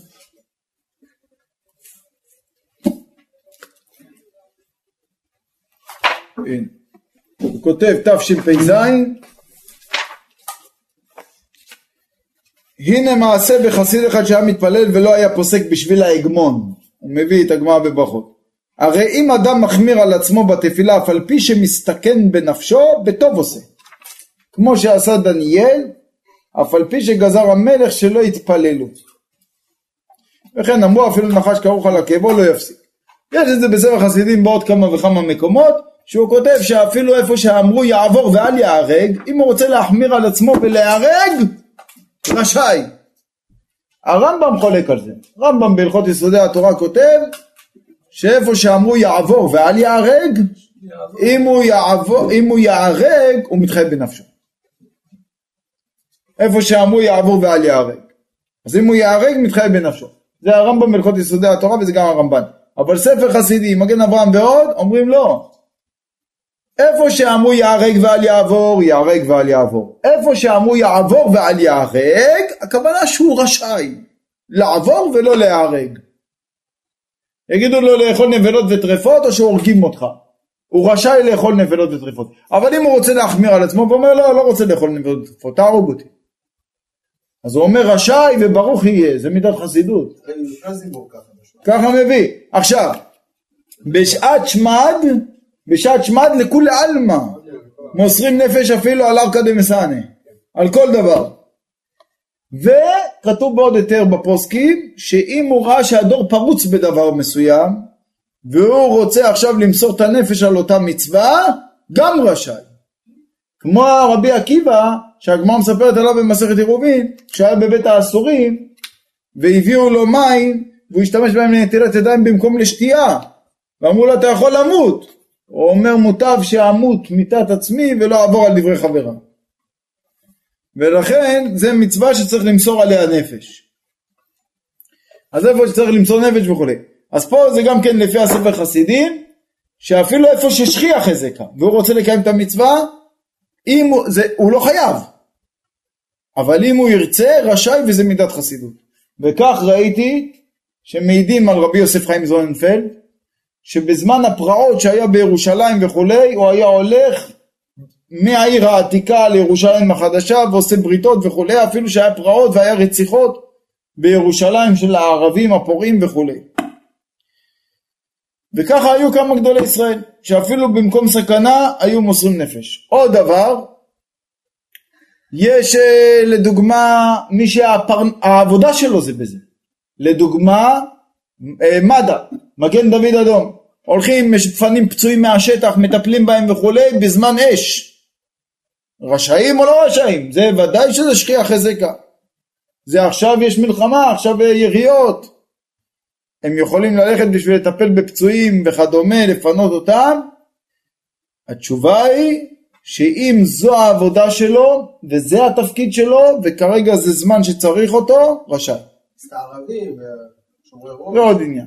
הוא כותב תשפ"ז, הנה מעשה בחסיד אחד שהיה מתפלל ולא היה פוסק בשביל ההגמון. הוא מביא את הגמרא בברכות. הרי אם אדם מחמיר על עצמו בתפילה אף על פי שמסתכן בנפשו, בטוב עושה, כמו שעשה דניאל, אף על פי שגזר המלך שלא יתפללו, וכן אמרו אפילו נחש כרוך על עקבו לא יפסיק. יש את זה בספר חסידים בעוד כמה וכמה מקומות, שהוא כותב שאפילו איפה שאמרו יעבור ואל יהרג, אם הוא רוצה להחמיר על עצמו ולהרג, רשאי. הרמב"ם חולק על זה. רמב"ם בהלכות יסודי התורה כותב שאיפה שאמרו יעבור ואל יהרג, אם הוא יעבור, אם הוא יהרג הוא מתחייב בנפשו. איפה שאמרו יעבור ואל יהרג, אז אם הוא יהרג מתחייב בנפשו. זה הרמב"ם בהלכות יסודי התורה וזה גם הרמב"ן. אבל ספר חסידי, מגן אברהם ועוד, אומרים לא. איפה שאמרו יהרג ואל יעבור, יהרג ואל יעבור. איפה שאמרו יעבור ואל יהרג, הכוונה שהוא רשאי לעבור ולא להיהרג. יגידו לו לאכול נבלות וטרפות או שהורגים אותך. הוא רשאי לאכול נבלות וטרפות. אבל אם הוא רוצה להחמיר על עצמו ואומר לא, לא רוצה לאכול נבלות וטרפות, תהרוג אותי. אז הוא אומר רשאי וברוך יהיה, זה מידת חסידות. ככה מביא. עכשיו, בשעת שמד, בשעת שמד לכולי עלמא, מוסרים נפש אפילו על ארקא דמסענא, על כל דבר. וכתוב בעוד יותר בפוסקים, שאם הוא ראה שהדור פרוץ בדבר מסוים, והוא רוצה עכשיו למסור את הנפש על אותה מצווה, גם רשאי. כמו רבי עקיבא, שהגמרא מספרת עליו במסכת עירובין, כשהיה בבית האסורים, והביאו לו מים, והוא השתמש בהם לנטילת ידיים במקום לשתייה, ואמרו לו אתה יכול למות. הוא אומר מוטב שאמות מיתת עצמי ולא אעבור על דברי חברה. ולכן זה מצווה שצריך למסור עליה נפש. אז איפה שצריך למסור נפש וכו'. אז פה זה גם כן לפי הספר חסידים, שאפילו איפה ששכיח חזקה, והוא רוצה לקיים את המצווה, אם הוא, זה, הוא לא חייב. אבל אם הוא ירצה, רשאי וזה מידת חסידות. וכך ראיתי שמעידים על רבי יוסף חיים זוננפלד, שבזמן הפרעות שהיה בירושלים וכולי, הוא היה הולך מהעיר העתיקה לירושלים החדשה, ועושה בריתות וכולי, אפילו שהיה פרעות והיה רציחות בירושלים של הערבים הפורעים וכולי. וככה היו כמה גדולי ישראל, שאפילו במקום סכנה היו מוסרים נפש. עוד דבר, יש לדוגמה מי שהעבודה שלו זה בזה. לדוגמה, מד"א, מגן דוד אדום, הולכים, מפנים פצועים מהשטח, מטפלים בהם וכולי, בזמן אש. רשאים או לא רשאים? זה ודאי שזה שכיח חזקה. זה עכשיו יש מלחמה, עכשיו יריות. הם יכולים ללכת בשביל לטפל בפצועים וכדומה, לפנות אותם. התשובה היא שאם זו העבודה שלו, וזה התפקיד שלו, וכרגע זה זמן שצריך אותו, רשאי. זה הערבים ושומרי רוב. זה עוד עניין.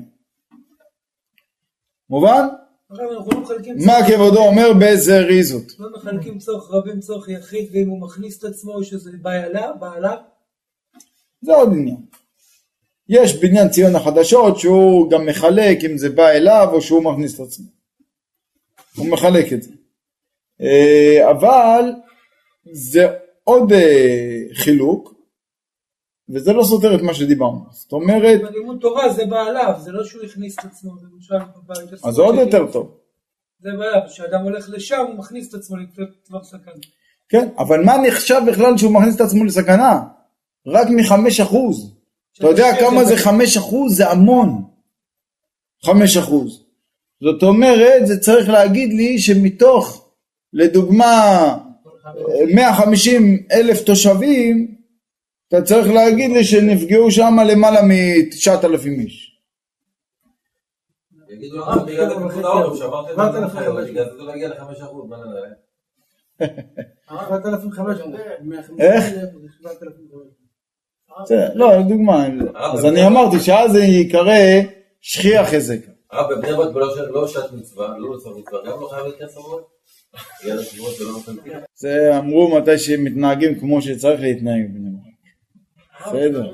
מובן? אנחנו לא מחלקים מה כבודו אומר בזריזות? לא מחלקים צורך רבים, צורך יחיד, ואם הוא מכניס את עצמו שזה בעלה, בעלה? זה עוד עניין. יש בניין ציון החדשות שהוא גם מחלק אם זה בא אליו או שהוא מכניס את עצמו. הוא מחלק את זה. אבל זה עוד חילוק, וזה לא סותר את מה שדיברנו. זאת אומרת... בלימוד תורה זה בעליו, זה לא שהוא הכניס את עצמו. אז זה עוד יותר טוב. זה בעליו, כשאדם הולך לשם הוא מכניס את עצמו לתווך סכנה. כן, אבל מה נחשב בכלל שהוא מכניס את עצמו לסכנה? רק מחמש אחוז. אתה יודע כמה זה חמש אחוז? זה המון. חמש אחוז. זאת אומרת, זה צריך להגיד לי שמתוך, לדוגמה, מאה וחמישים אלף תושבים, אתה צריך להגיד לי שנפגעו שם למעלה מ-תשעת אלפים איש. יגידו לך, בגלל זה פחות העורף, שברתם את החיים, בגלל זה לא להגיע ל-חמישה אחוז, מה נראה? שבעת אלפים וחמש מאות. איך? לא, לדוגמה. אז אני אמרתי שאז זה יקרא שכיח חזקה. הרב, בבני ברק לא שעת מצווה, לא נוצר מצווה, גם לא חייב להתכנס אמרות? זה אמרו מתי שהם מתנהגים כמו שצריך להתנהג בני ברק. בסדר.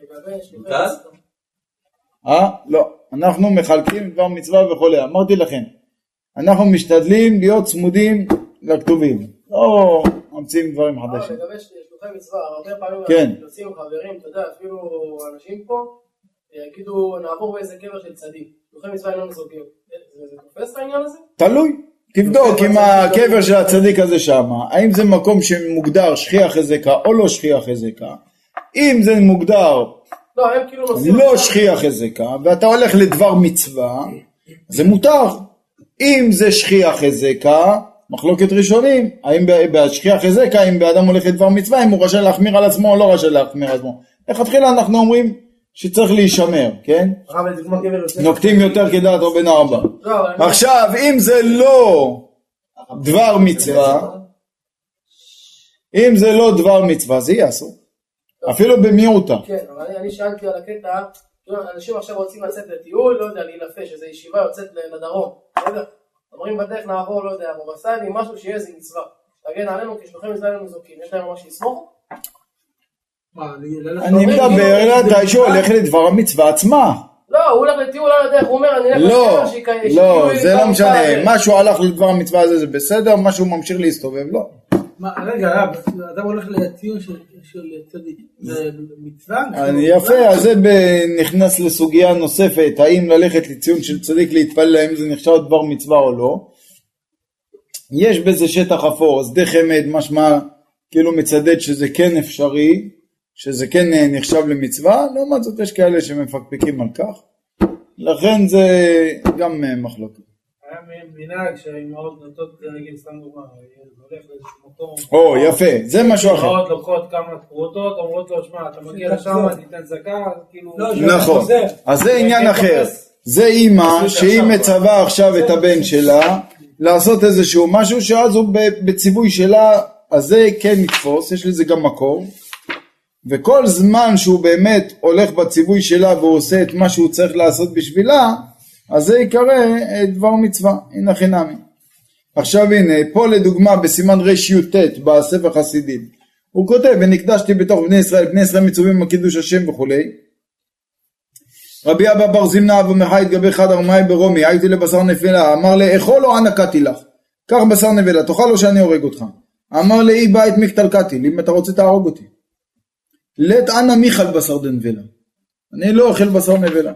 אה? לא. אנחנו מחלקים דבר מצווה וכולי. אמרתי לכם, אנחנו משתדלים להיות צמודים לכתובים. לא ממציאים דברים חדשים. לגבי שלוחי מצווה, הרבה פעמים יוצאים חברים, אתה יודע, אפילו אנשים פה, יגידו נעבור באיזה קבר של צדיק. שלוחי מצווה איננו זוגים. זה תופס העניין הזה? תלוי. תבדוק עם הקבר של הצדיק הזה שם, האם זה מקום שמוגדר שכיח חזקה או לא שכיח חזקה. אם זה מוגדר לא שכיח חזקה ואתה הולך לדבר מצווה, זה מותר. אם זה שכיח חזקה, מחלוקת ראשונים, האם בשכיח חזקה, אם באדם הולך לדבר מצווה, אם הוא רשאי להחמיר על עצמו או לא רשאי להחמיר על עצמו. לכתחילה אנחנו אומרים שצריך להישמר, כן? נוקטים יותר כדעת רבן ארבע. עכשיו, אם זה לא דבר מצווה, אם זה לא דבר מצווה, זה יהיה אסור. אפילו במיעוטה. כן, אבל אני שאלתי על הקטע, אנשים עכשיו רוצים לצאת לטיול, לא יודע, להילפש, איזו ישיבה יוצאת לדרום, לא יודע, אומרים בדרך נעבור, לא יודע, מובסני, משהו שיהיה איזה מצווה. תגן עלינו, כשלוחים מצווה לנו זוקים, יש להם ממש לסמוך? אני מדבר, אתה אישו הולך לדבר המצווה עצמה. לא, הוא הולך לטיול על הדרך, הוא אומר, אני הולך לא, לא, זה לא משנה, משהו הלך לדבר המצווה הזה זה בסדר, משהו ממשיך להסתובב, לא. רגע, אדם הולך לטיול של צדיק, זה מצווה? יפה, אז זה נכנס לסוגיה נוספת, האם ללכת לציון של צדיק להתפלל, האם זה נחשב דבר מצווה או לא. יש בזה שטח אפור, שדה חמד, משמע כאילו מצדד שזה כן אפשרי, שזה כן נחשב למצווה, לעומת זאת יש כאלה שמפקפקים על כך, לכן זה גם מחלוקת. היה מנהג שהאימהות נוטות, נגיד סתם דוגמה, הולך לאיזשהו מקום. או, יפה, זה משהו אחר. אימהות לוקחות כמה פרוטות, אומרות לו, שמע, אתה מגיע לשם, תיתן זקה, כאילו... נכון, אז זה עניין אחר. זה אימא שהיא מצווה עכשיו את הבן שלה, לעשות איזשהו משהו שאז הוא בציווי שלה, אז זה כן נתפוס, יש לזה גם מקור. וכל זמן שהוא באמת הולך בציווי שלה והוא עושה את מה שהוא צריך לעשות בשבילה, אז זה יקרא דבר מצווה, הנה חינמי. עכשיו הנה, פה לדוגמה בסימן רש"ט בספר חסידים, הוא כותב, ונקדשתי בתוך בני ישראל, בני ישראל מצווים בקידוש השם וכולי. רבי אבא בר זמנה אבו מחי התגבר חד ארמי ברומי, הייתי לבשר נבלה, אמר לי, אכול או ענקתי לך, קח בשר נבלה, תאכל או שאני הורג אותך. אמר לי, אי בית מקטלקתי, אם אתה רוצה תהרוג אותי. לת אנא מיכל בשר דנבלה, אני לא אוכל בשר נבלה.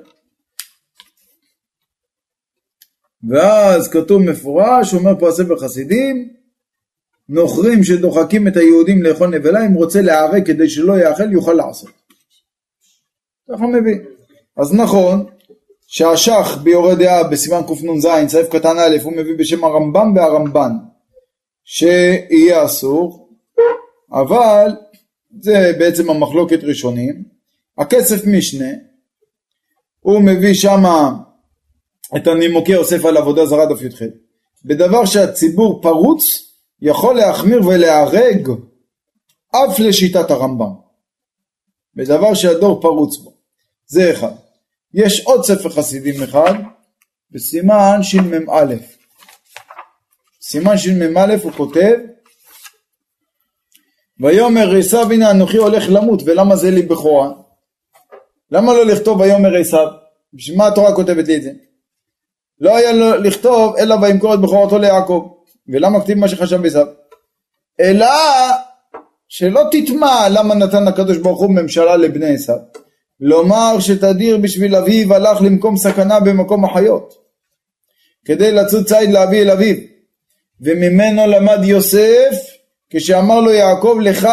ואז כתוב מפורש, אומר פה הספר חסידים, נוכרים שדוחקים את היהודים לאכול נבלה, אם רוצה להערק כדי שלא יאכל יוכל לעשות. ככה מביא. אז נכון שהשח ביורה דעה בסימן קנ"ז סעיף קטן א' הוא מביא בשם הרמב"ם והרמב"ן שיהיה אסור, אבל זה בעצם המחלוקת ראשונים. הכסף משנה הוא מביא שמה את הנימוקי אוסף על עבודה זרה דף י"ח, בדבר שהציבור פרוץ יכול להחמיר ולהרג אף לשיטת הרמב"ם, בדבר שהדור פרוץ בו. זה אחד. יש עוד ספר חסידים אחד בסימן שמ"א, סימן שמ"א הוא כותב, ויאמר עשיו הנה אנוכי הולך למות, ולמה זה לי בכורה? למה לא לכתוב ויאמר עשיו? בשביל מה התורה כותבת לי את זה? לא היה לו לכתוב אלא וימכור את בכורתו ליעקב. ולמה כתיב מה שחשב עשיו? אלא שלא תטמע למה נתן הקדוש ברוך הוא ממשלה לבני עשיו, לומר שתדיר בשביל אביו הלך למקום סכנה במקום החיות כדי לצוד ציד להביא אל אביו, וממנו למד יוסף כשאמר לו יעקב לך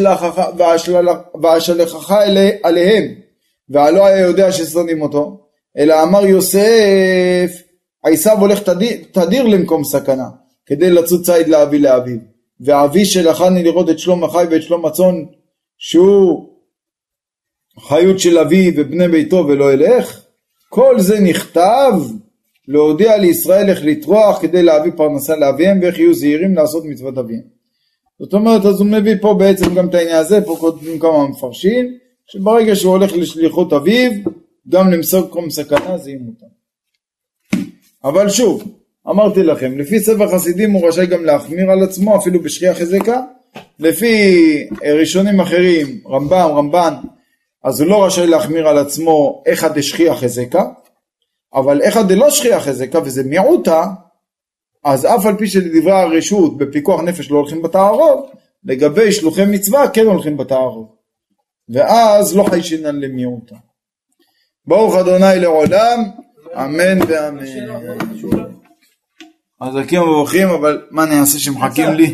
ואשלחך עליהם, והלא היה יודע ששונאים אותו, אלא אמר יוסף עשיו הולך תדיר, תדיר למקום סכנה כדי לצוד ציד להביא לאביו, ואבי שלחני לראות את שלום החי ואת שלום הצאן שהוא חיות של אבי ובני ביתו ולא אלך. כל זה נכתב להודיע לישראל איך לטרוח כדי להביא פרנסה לאביהם ואיך יהיו זהירים לעשות מצוות אביהם. זאת אומרת, אז הוא מביא פה בעצם גם את העניין הזה, פה כותבים כמה מפרשים, שברגע שהוא הולך לשליחות אביו, גם למסור קום סכנה זה ימותה. אבל שוב, אמרתי לכם, לפי ספר חסידים הוא רשאי גם להחמיר על עצמו, אפילו בשכיח חזקה. לפי ראשונים אחרים, רמב"ם, רמב"ן, אז הוא לא רשאי להחמיר על עצמו אחד דשכיח חזקה, אבל אחד דלא שכיח חזקה, וזה מיעוטה, אז אף על פי שלדברי הרשות בפיקוח נפש לא הולכים בתערוב, לגבי שלוחי מצווה כן הולכים בתערוב, ואז לא חיישינן למיעוטה. ברוך אדוני לעולם, אמן ואמן. אז הקים וברוכים, אבל מה נעשה שמחכים לי?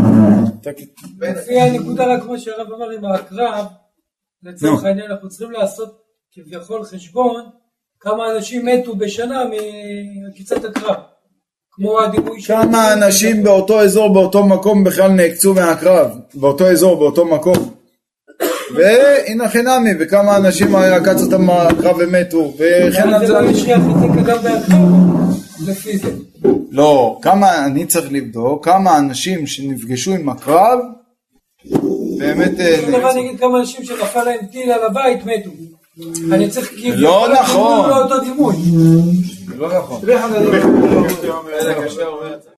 לפי הנקודה רק כמו שהרב אמר עם הקרב, לצורך העניין אנחנו צריכים לעשות כביכול חשבון כמה אנשים מתו בשנה מקיצת הקרב. כמה אנשים באותו אזור, באותו מקום בכלל נעקצו מהקרב, באותו אזור, באותו מקום. והנה חינמי, וכמה אנשים עקץ אותם מהקרב ומתו, וכן על זה זה... לא ישריח את זה גם בהקרב, לפי זה. לא, כמה, אני צריך לבדוק, כמה אנשים שנפגשו עם הקרב, באמת... דבר נגיד כמה אנשים שנפל להם טיל על הבית מתו. אני צריך כאילו... לא נכון. לא אותו דימוי. לא נכון.